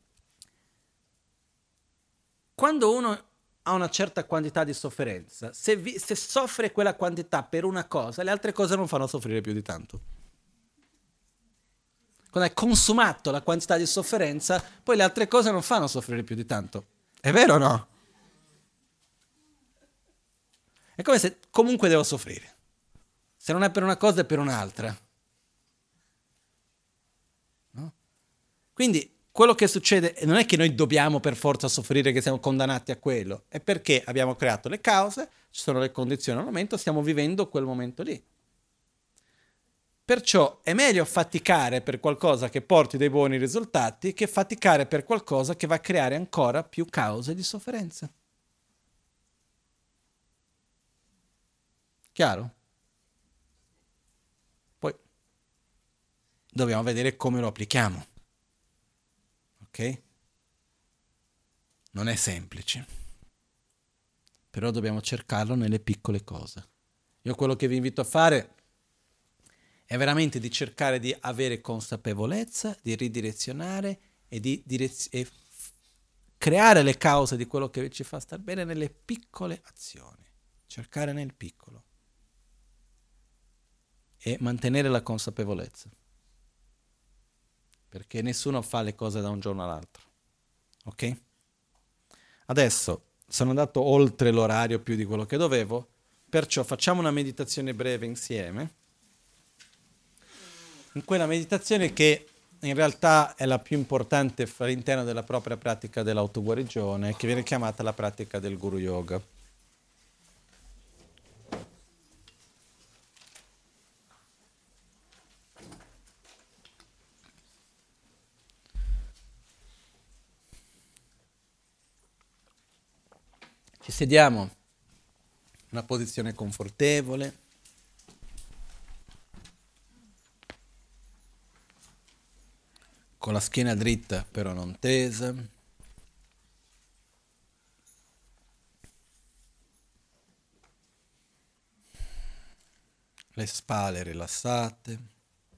Quando uno ha una certa quantità di sofferenza, se, vi, se soffre quella quantità per una cosa, le altre cose non fanno soffrire più di tanto. Quando hai consumato la quantità di sofferenza, poi le altre cose non fanno soffrire più di tanto. È vero o no? È come se comunque devo soffrire. Se non è per una cosa è per un'altra. No? Quindi quello che succede non è che noi dobbiamo per forza soffrire, che siamo condannati a quello, è perché abbiamo creato le cause, ci sono le condizioni al momento, stiamo vivendo quel momento lì. Perciò è meglio faticare per qualcosa che porti dei buoni risultati che faticare per qualcosa che va a creare ancora più cause di sofferenza. Chiaro? Poi dobbiamo vedere come lo applichiamo. Ok? Non è semplice. Però dobbiamo cercarlo nelle piccole cose. Io quello che vi invito a fare è veramente di cercare di avere consapevolezza, di ridirezionare e di direz- e f- creare le cause di quello che ci fa star bene nelle piccole azioni. Cercare nel piccolo. E mantenere la consapevolezza. Perché nessuno fa le cose da un giorno all'altro. Ok? Adesso sono andato oltre l'orario più di quello che dovevo, perciò facciamo una meditazione breve insieme. In quella meditazione che in realtà è la più importante all'interno della propria pratica dell'autoguarigione, che viene chiamata la pratica del Guru Yoga. Ci sediamo in una posizione confortevole, con la schiena dritta però non tesa. Le spalle rilassate.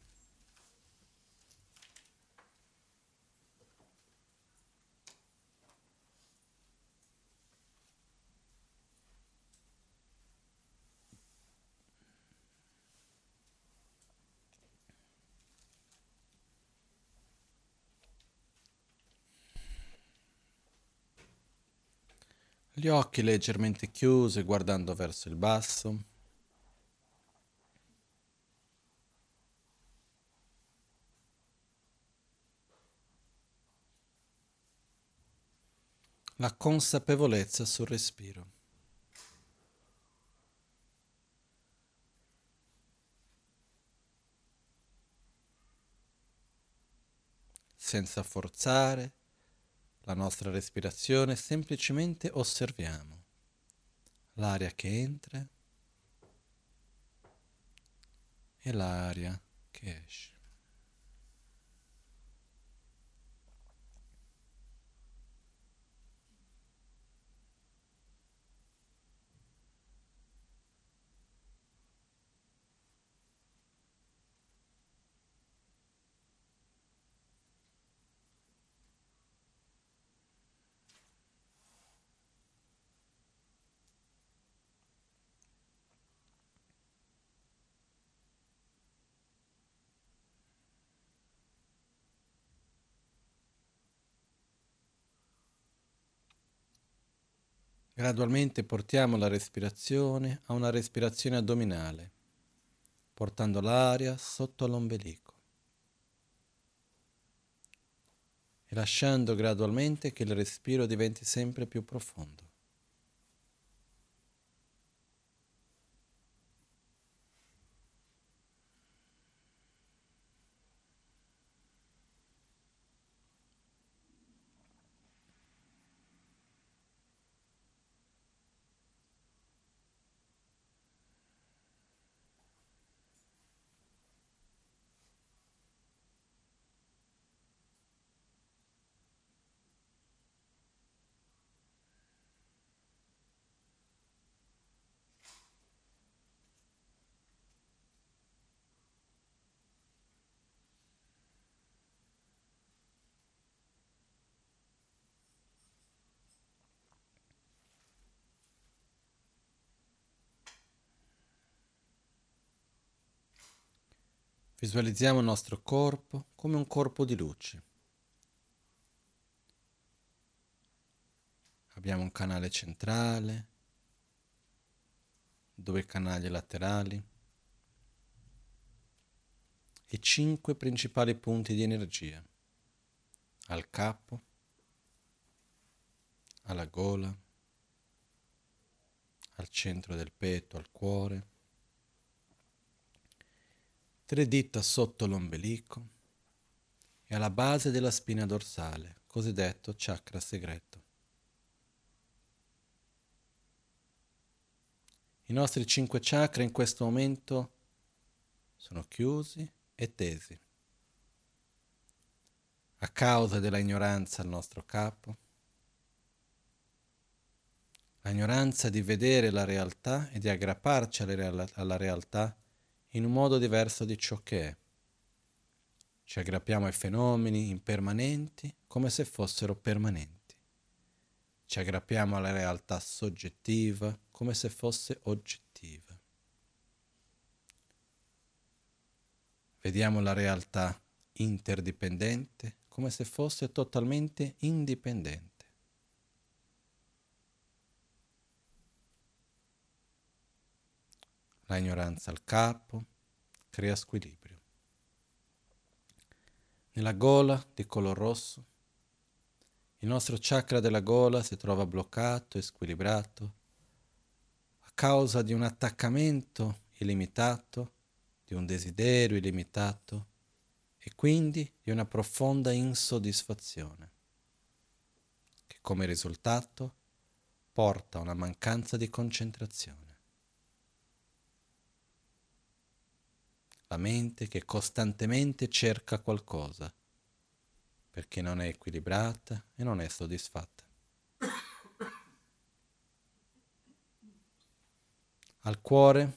Gli occhi leggermente chiusi, guardando verso il basso. La consapevolezza sul respiro. Senza forzare la nostra respirazione, semplicemente osserviamo l'aria che entra e l'aria che esce. Gradualmente portiamo la respirazione a una respirazione addominale, portando l'aria sotto l'ombelico e lasciando gradualmente che il respiro diventi sempre più profondo. Visualizziamo il nostro corpo come un corpo di luce. Abbiamo un canale centrale, due canali laterali e cinque principali punti di energia: al capo, alla gola, al centro del petto, al cuore, tre dita sotto l'ombelico e alla base della spina dorsale, cosiddetto chakra segreto. I nostri cinque chakra in questo momento sono chiusi e tesi a causa della ignoranza al nostro capo, la ignoranza di vedere la realtà e di aggrapparci alla realtà in un modo diverso di ciò che è. Ci aggrappiamo ai fenomeni impermanenti come se fossero permanenti. Ci aggrappiamo alla realtà soggettiva come se fosse oggettiva. Vediamo la realtà interdipendente come se fosse totalmente indipendente. La ignoranza al capo crea squilibrio. Nella gola di color rosso, il nostro chakra della gola si trova bloccato e squilibrato a causa di un attaccamento illimitato, di un desiderio illimitato e quindi di una profonda insoddisfazione, che come risultato porta a una mancanza di concentrazione. La mente che costantemente cerca qualcosa perché non è equilibrata e non è soddisfatta. Al cuore,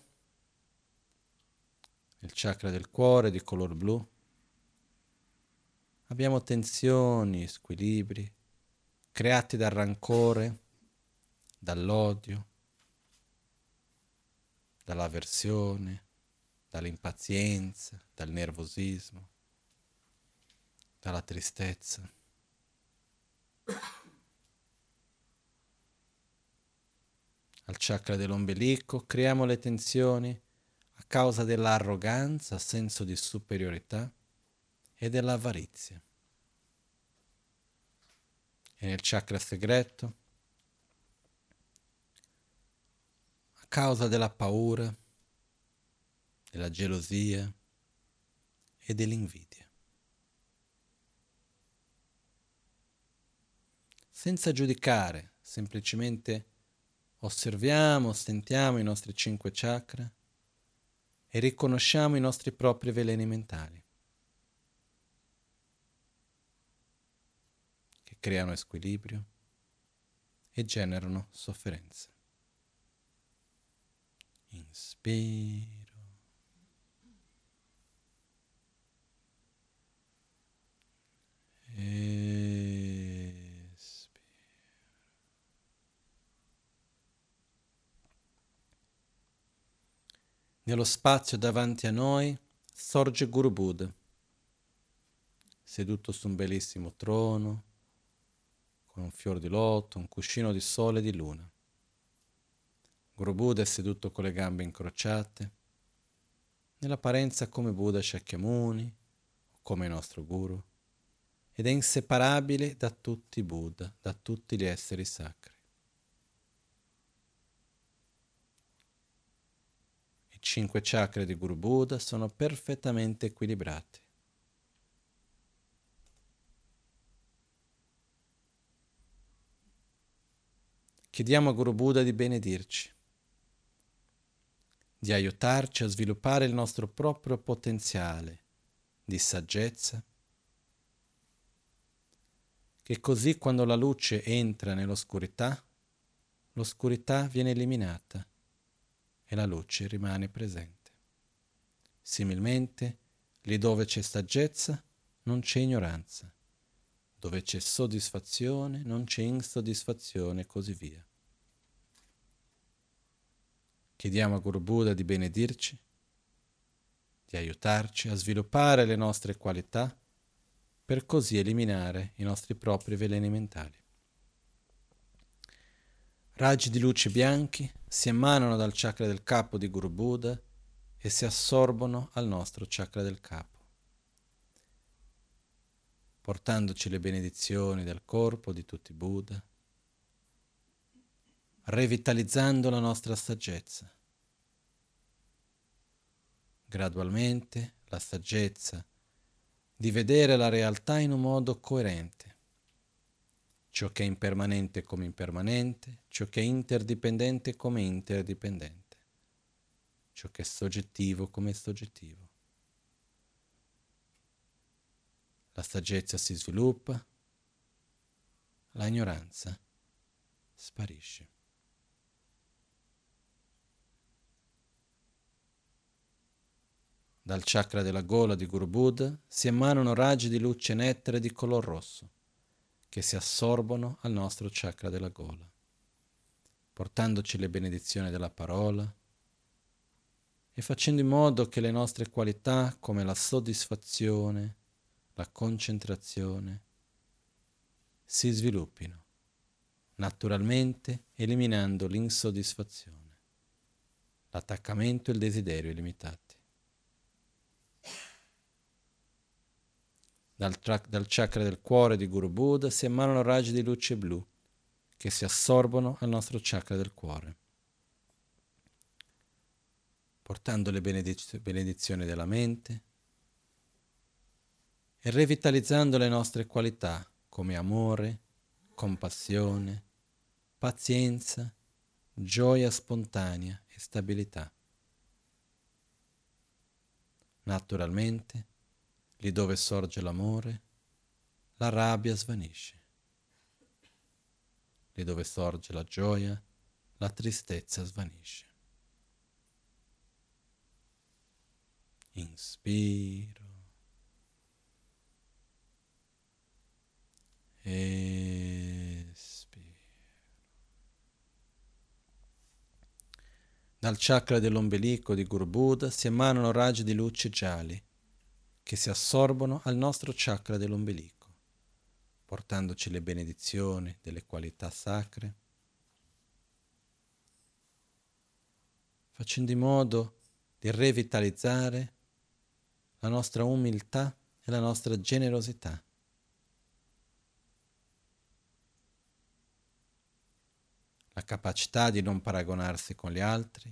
il chakra del cuore di color blu, abbiamo tensioni, squilibri creati dal rancore, dall'odio, dall'avversione, dall'impazienza, dal nervosismo, dalla tristezza. Al chakra dell'ombelico creiamo le tensioni a causa dell'arroganza, senso di superiorità e dell'avarizia. E nel chakra segreto, a causa della paura, della gelosia e dell'invidia. Senza giudicare, semplicemente osserviamo, sentiamo i nostri cinque chakra e riconosciamo i nostri propri veleni mentali che creano squilibrio e generano sofferenza. Inspiro. Espiro. Nello spazio davanti a noi sorge Guru Buddha, seduto su un bellissimo trono, con un fior di loto, un cuscino di sole e di luna. Guru Buddha è seduto con le gambe incrociate, nell'apparenza come Buddha Shakyamuni o come il nostro Guru, ed è inseparabile da tutti i Buddha, da tutti gli esseri sacri. I cinque chakra di Guru Buddha sono perfettamente equilibrati. Chiediamo a Guru Buddha di benedirci, di aiutarci a sviluppare il nostro proprio potenziale di saggezza, che così quando la luce entra nell'oscurità, l'oscurità viene eliminata e la luce rimane presente. Similmente, lì dove c'è saggezza non c'è ignoranza, dove c'è soddisfazione non c'è insoddisfazione e così via. Chiediamo a Guru Buddha di benedirci, di aiutarci a sviluppare le nostre qualità per così eliminare i nostri propri veleni mentali. Raggi di luce bianchi si emanano dal chakra del capo di Guru Buddha e si assorbono al nostro chakra del capo, portandoci le benedizioni del corpo di tutti i Buddha, revitalizzando la nostra saggezza. Gradualmente la saggezza di vedere la realtà in un modo coerente, ciò che è impermanente come impermanente, ciò che è interdipendente come interdipendente, ciò che è soggettivo come soggettivo. La saggezza si sviluppa, la ignoranza sparisce. Dal chakra della gola di Guru Buddha si emanano raggi di luce nettare di color rosso che si assorbono al nostro chakra della gola, portandoci le benedizioni della parola e facendo in modo che le nostre qualità come la soddisfazione, la concentrazione, si sviluppino naturalmente, eliminando l'insoddisfazione, l'attaccamento e il desiderio illimitati. Dal, tra- dal chakra del cuore di Guru Buddha si emanano raggi di luce blu che si assorbono al nostro chakra del cuore, portando le benediz- benedizioni della mente e revitalizzando le nostre qualità come amore, compassione, pazienza, gioia spontanea e stabilità. Naturalmente, lì dove sorge l'amore, la rabbia svanisce. Lì dove sorge la gioia, la tristezza svanisce. Inspiro. Espiro. Dal chakra dell'ombelico di Guru Buddha si emanano raggi di luce gialli che si assorbono al nostro chakra dell'ombelico, portandoci le benedizioni delle qualità sacre, facendo in modo di revitalizzare la nostra umiltà e la nostra generosità. La capacità di non paragonarsi con gli altri,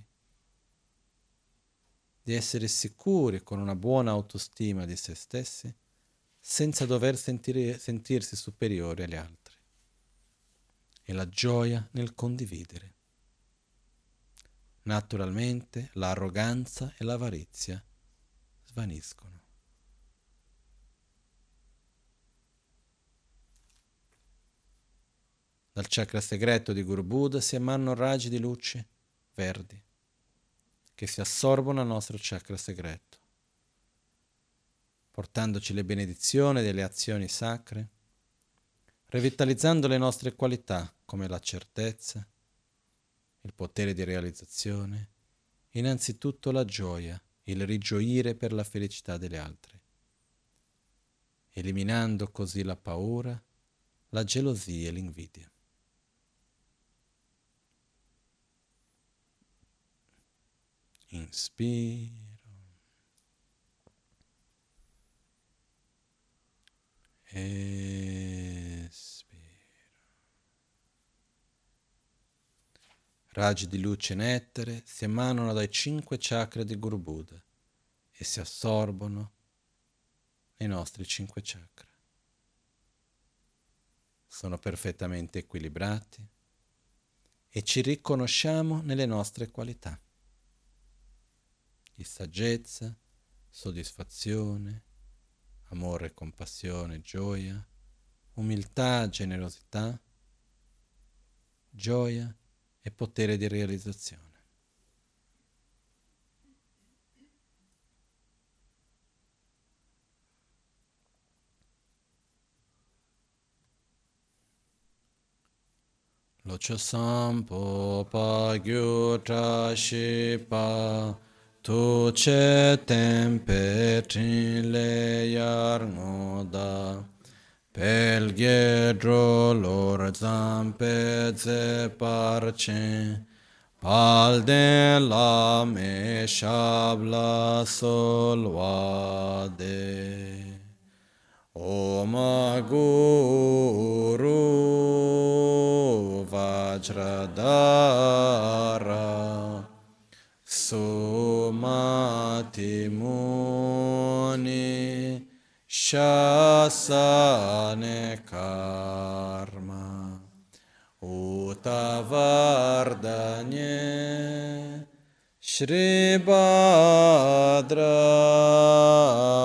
di essere sicuri con una buona autostima di se stessi, senza dover sentire, sentirsi superiori agli altri. E la gioia nel condividere. Naturalmente l'arroganza e l'avarizia svaniscono. Dal chakra segreto di Guru Buddha si emanano raggi di luce verdi che si assorbono al nostro chakra segreto, portandoci le benedizioni delle azioni sacre, revitalizzando le nostre qualità come la certezza, il potere di realizzazione, innanzitutto la gioia, il rigioire per la felicità degli altri, eliminando così la paura, la gelosia e l'invidia. Inspiro. Espiro. Raggi di luce nettare si emanano dai cinque chakra di Guru Buddha e si assorbono nei nostri cinque chakra. Sono perfettamente equilibrati e ci riconosciamo nelle nostre qualità di saggezza, soddisfazione, amore, compassione, gioia, umiltà, generosità, gioia e potere di realizzazione. Locho sampo pa gyu tra shi pa tu che tempe trin le yar ngoda pel ge dro lor zampe ze parche pal de la me shabla solvade. Om Guru Vajradhara Sumati Muni Shasane Karma Utavardanye Shri Bhadra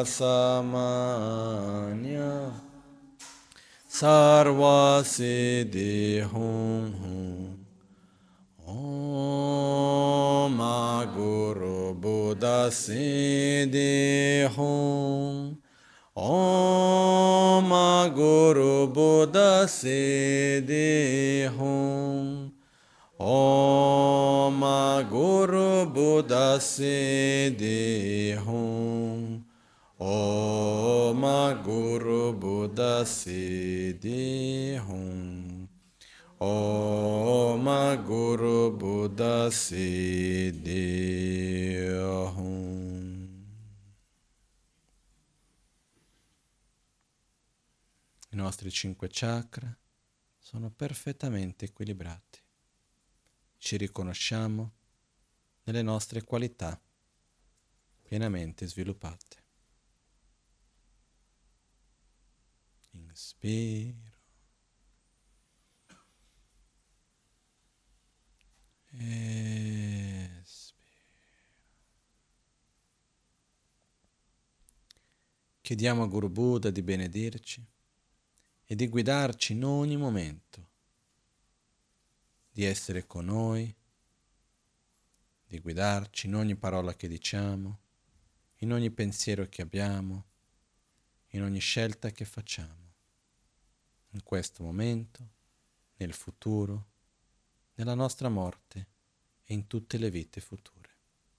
Varasamanya Sarva Siddhi Hum Hum Om Guru Buddha Siddhi Hum Om Guru Buddha Siddhi Hum Om Guru Buddha Siddhi Hum Om Guru Buddha Siddhi Hum Om Guru Buddha Siddhi Hum. I nostri cinque chakra sono perfettamente equilibrati. Ci riconosciamo nelle nostre qualità pienamente sviluppate. Inspiro. Espiro. Chiediamo a Guru Buddha di benedirci e di guidarci in ogni momento, di essere con noi, di guidarci in ogni parola che diciamo, in ogni pensiero che abbiamo, in ogni scelta che facciamo, in questo momento, nel futuro, nella nostra morte e in tutte le vite future.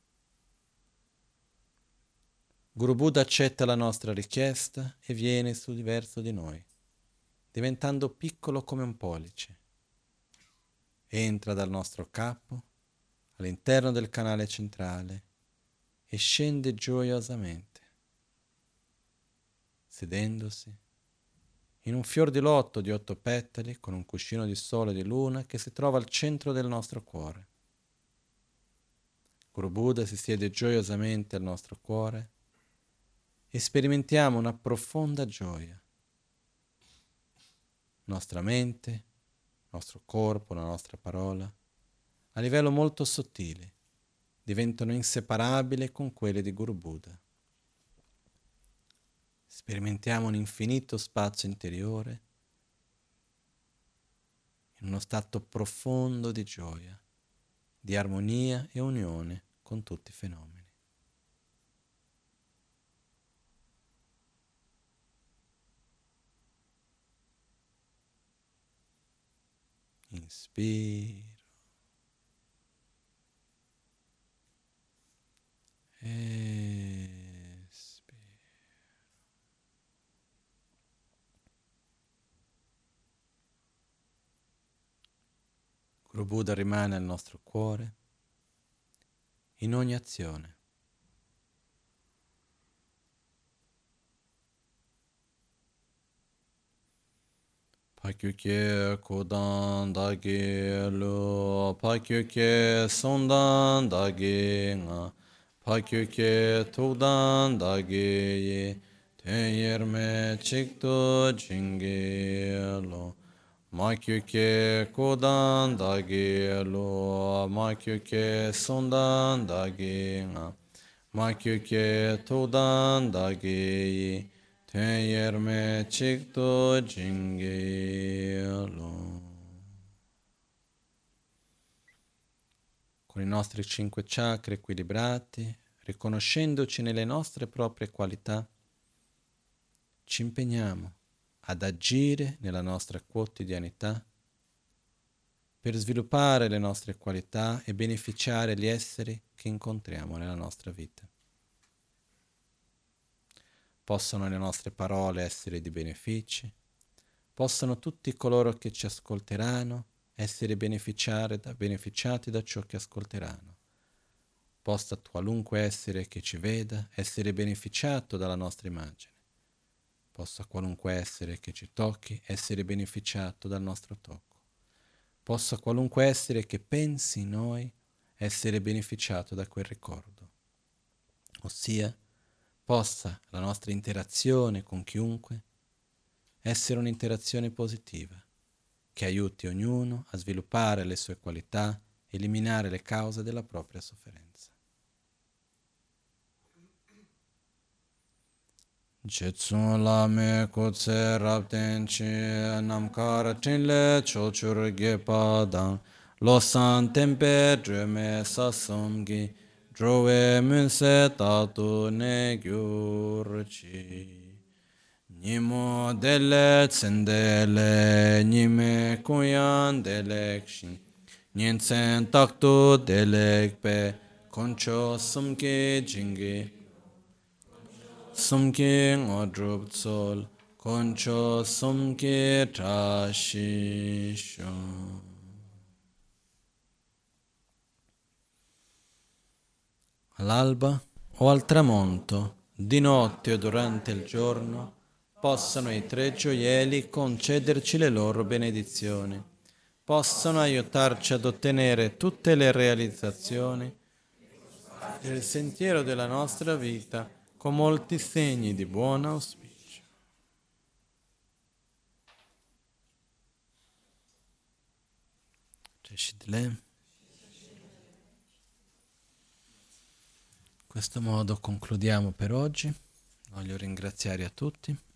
Guru Buddha accetta la nostra richiesta e viene su verso di noi, diventando piccolo come un pollice. Entra dal nostro capo all'interno del canale centrale e scende gioiosamente, sedendosi in un fior di lotto di otto petali con un cuscino di sole e di luna che si trova al centro del nostro cuore. Guru Buddha si siede gioiosamente al nostro cuore e sperimentiamo una profonda gioia. Nostra mente, nostro corpo, la nostra parola, a livello molto sottile, diventano inseparabili con quelle di Guru Buddha. Sperimentiamo un infinito spazio interiore in uno stato profondo di gioia, di armonia e unione con tutti i fenomeni. Inspiro. Espiro. Guru Buddha rimane al nostro cuore in ogni azione. Pakyukye kodan dagi lo, pakyukye sondan dagi nga, pakyukye togdan dagi ye, tenyerme chikto jingi lo. Makyukye kodan dagi lo, makyukye sondan dagi nga, makyukye togdan dagi ye, tenyerme chikto jingielo. Con i nostri cinque chakra equilibrati, riconoscendoci nelle nostre proprie qualità, ci impegniamo ad agire nella nostra quotidianità per sviluppare le nostre qualità e beneficiare gli esseri che incontriamo nella nostra vita. Possono le nostre parole essere di benefici, possono tutti coloro che ci ascolteranno essere beneficiare da, beneficiati da ciò che ascolteranno. Possa qualunque essere che ci veda essere beneficiato dalla nostra immagine. Possa qualunque essere che ci tocchi essere beneficiato dal nostro tocco. Possa qualunque essere che pensi in noi essere beneficiato da quel ricordo. Ossia, possa la nostra interazione con chiunque essere un'interazione positiva, che aiuti ognuno a sviluppare le sue qualità, eliminare le cause della propria sofferenza. Jetsun lame kutse rapten chi namkar tinle chochur gepa dang losan tempe dreme sasomgi drove munse tatu ne gyurchi nimo dele tsendele nime kuyan delek shin nyensen taktu delek pe koncho sumke jingi Sumke ngodrup tsol, concho sumke trashisho. All'alba o al tramonto, di notte o durante il giorno, possano i tre gioielli concederci le loro benedizioni, possano aiutarci ad ottenere tutte le realizzazioni del sentiero della nostra vita, con molti segni di buon auspicio. In questo modo concludiamo per oggi. Voglio ringraziare a tutti.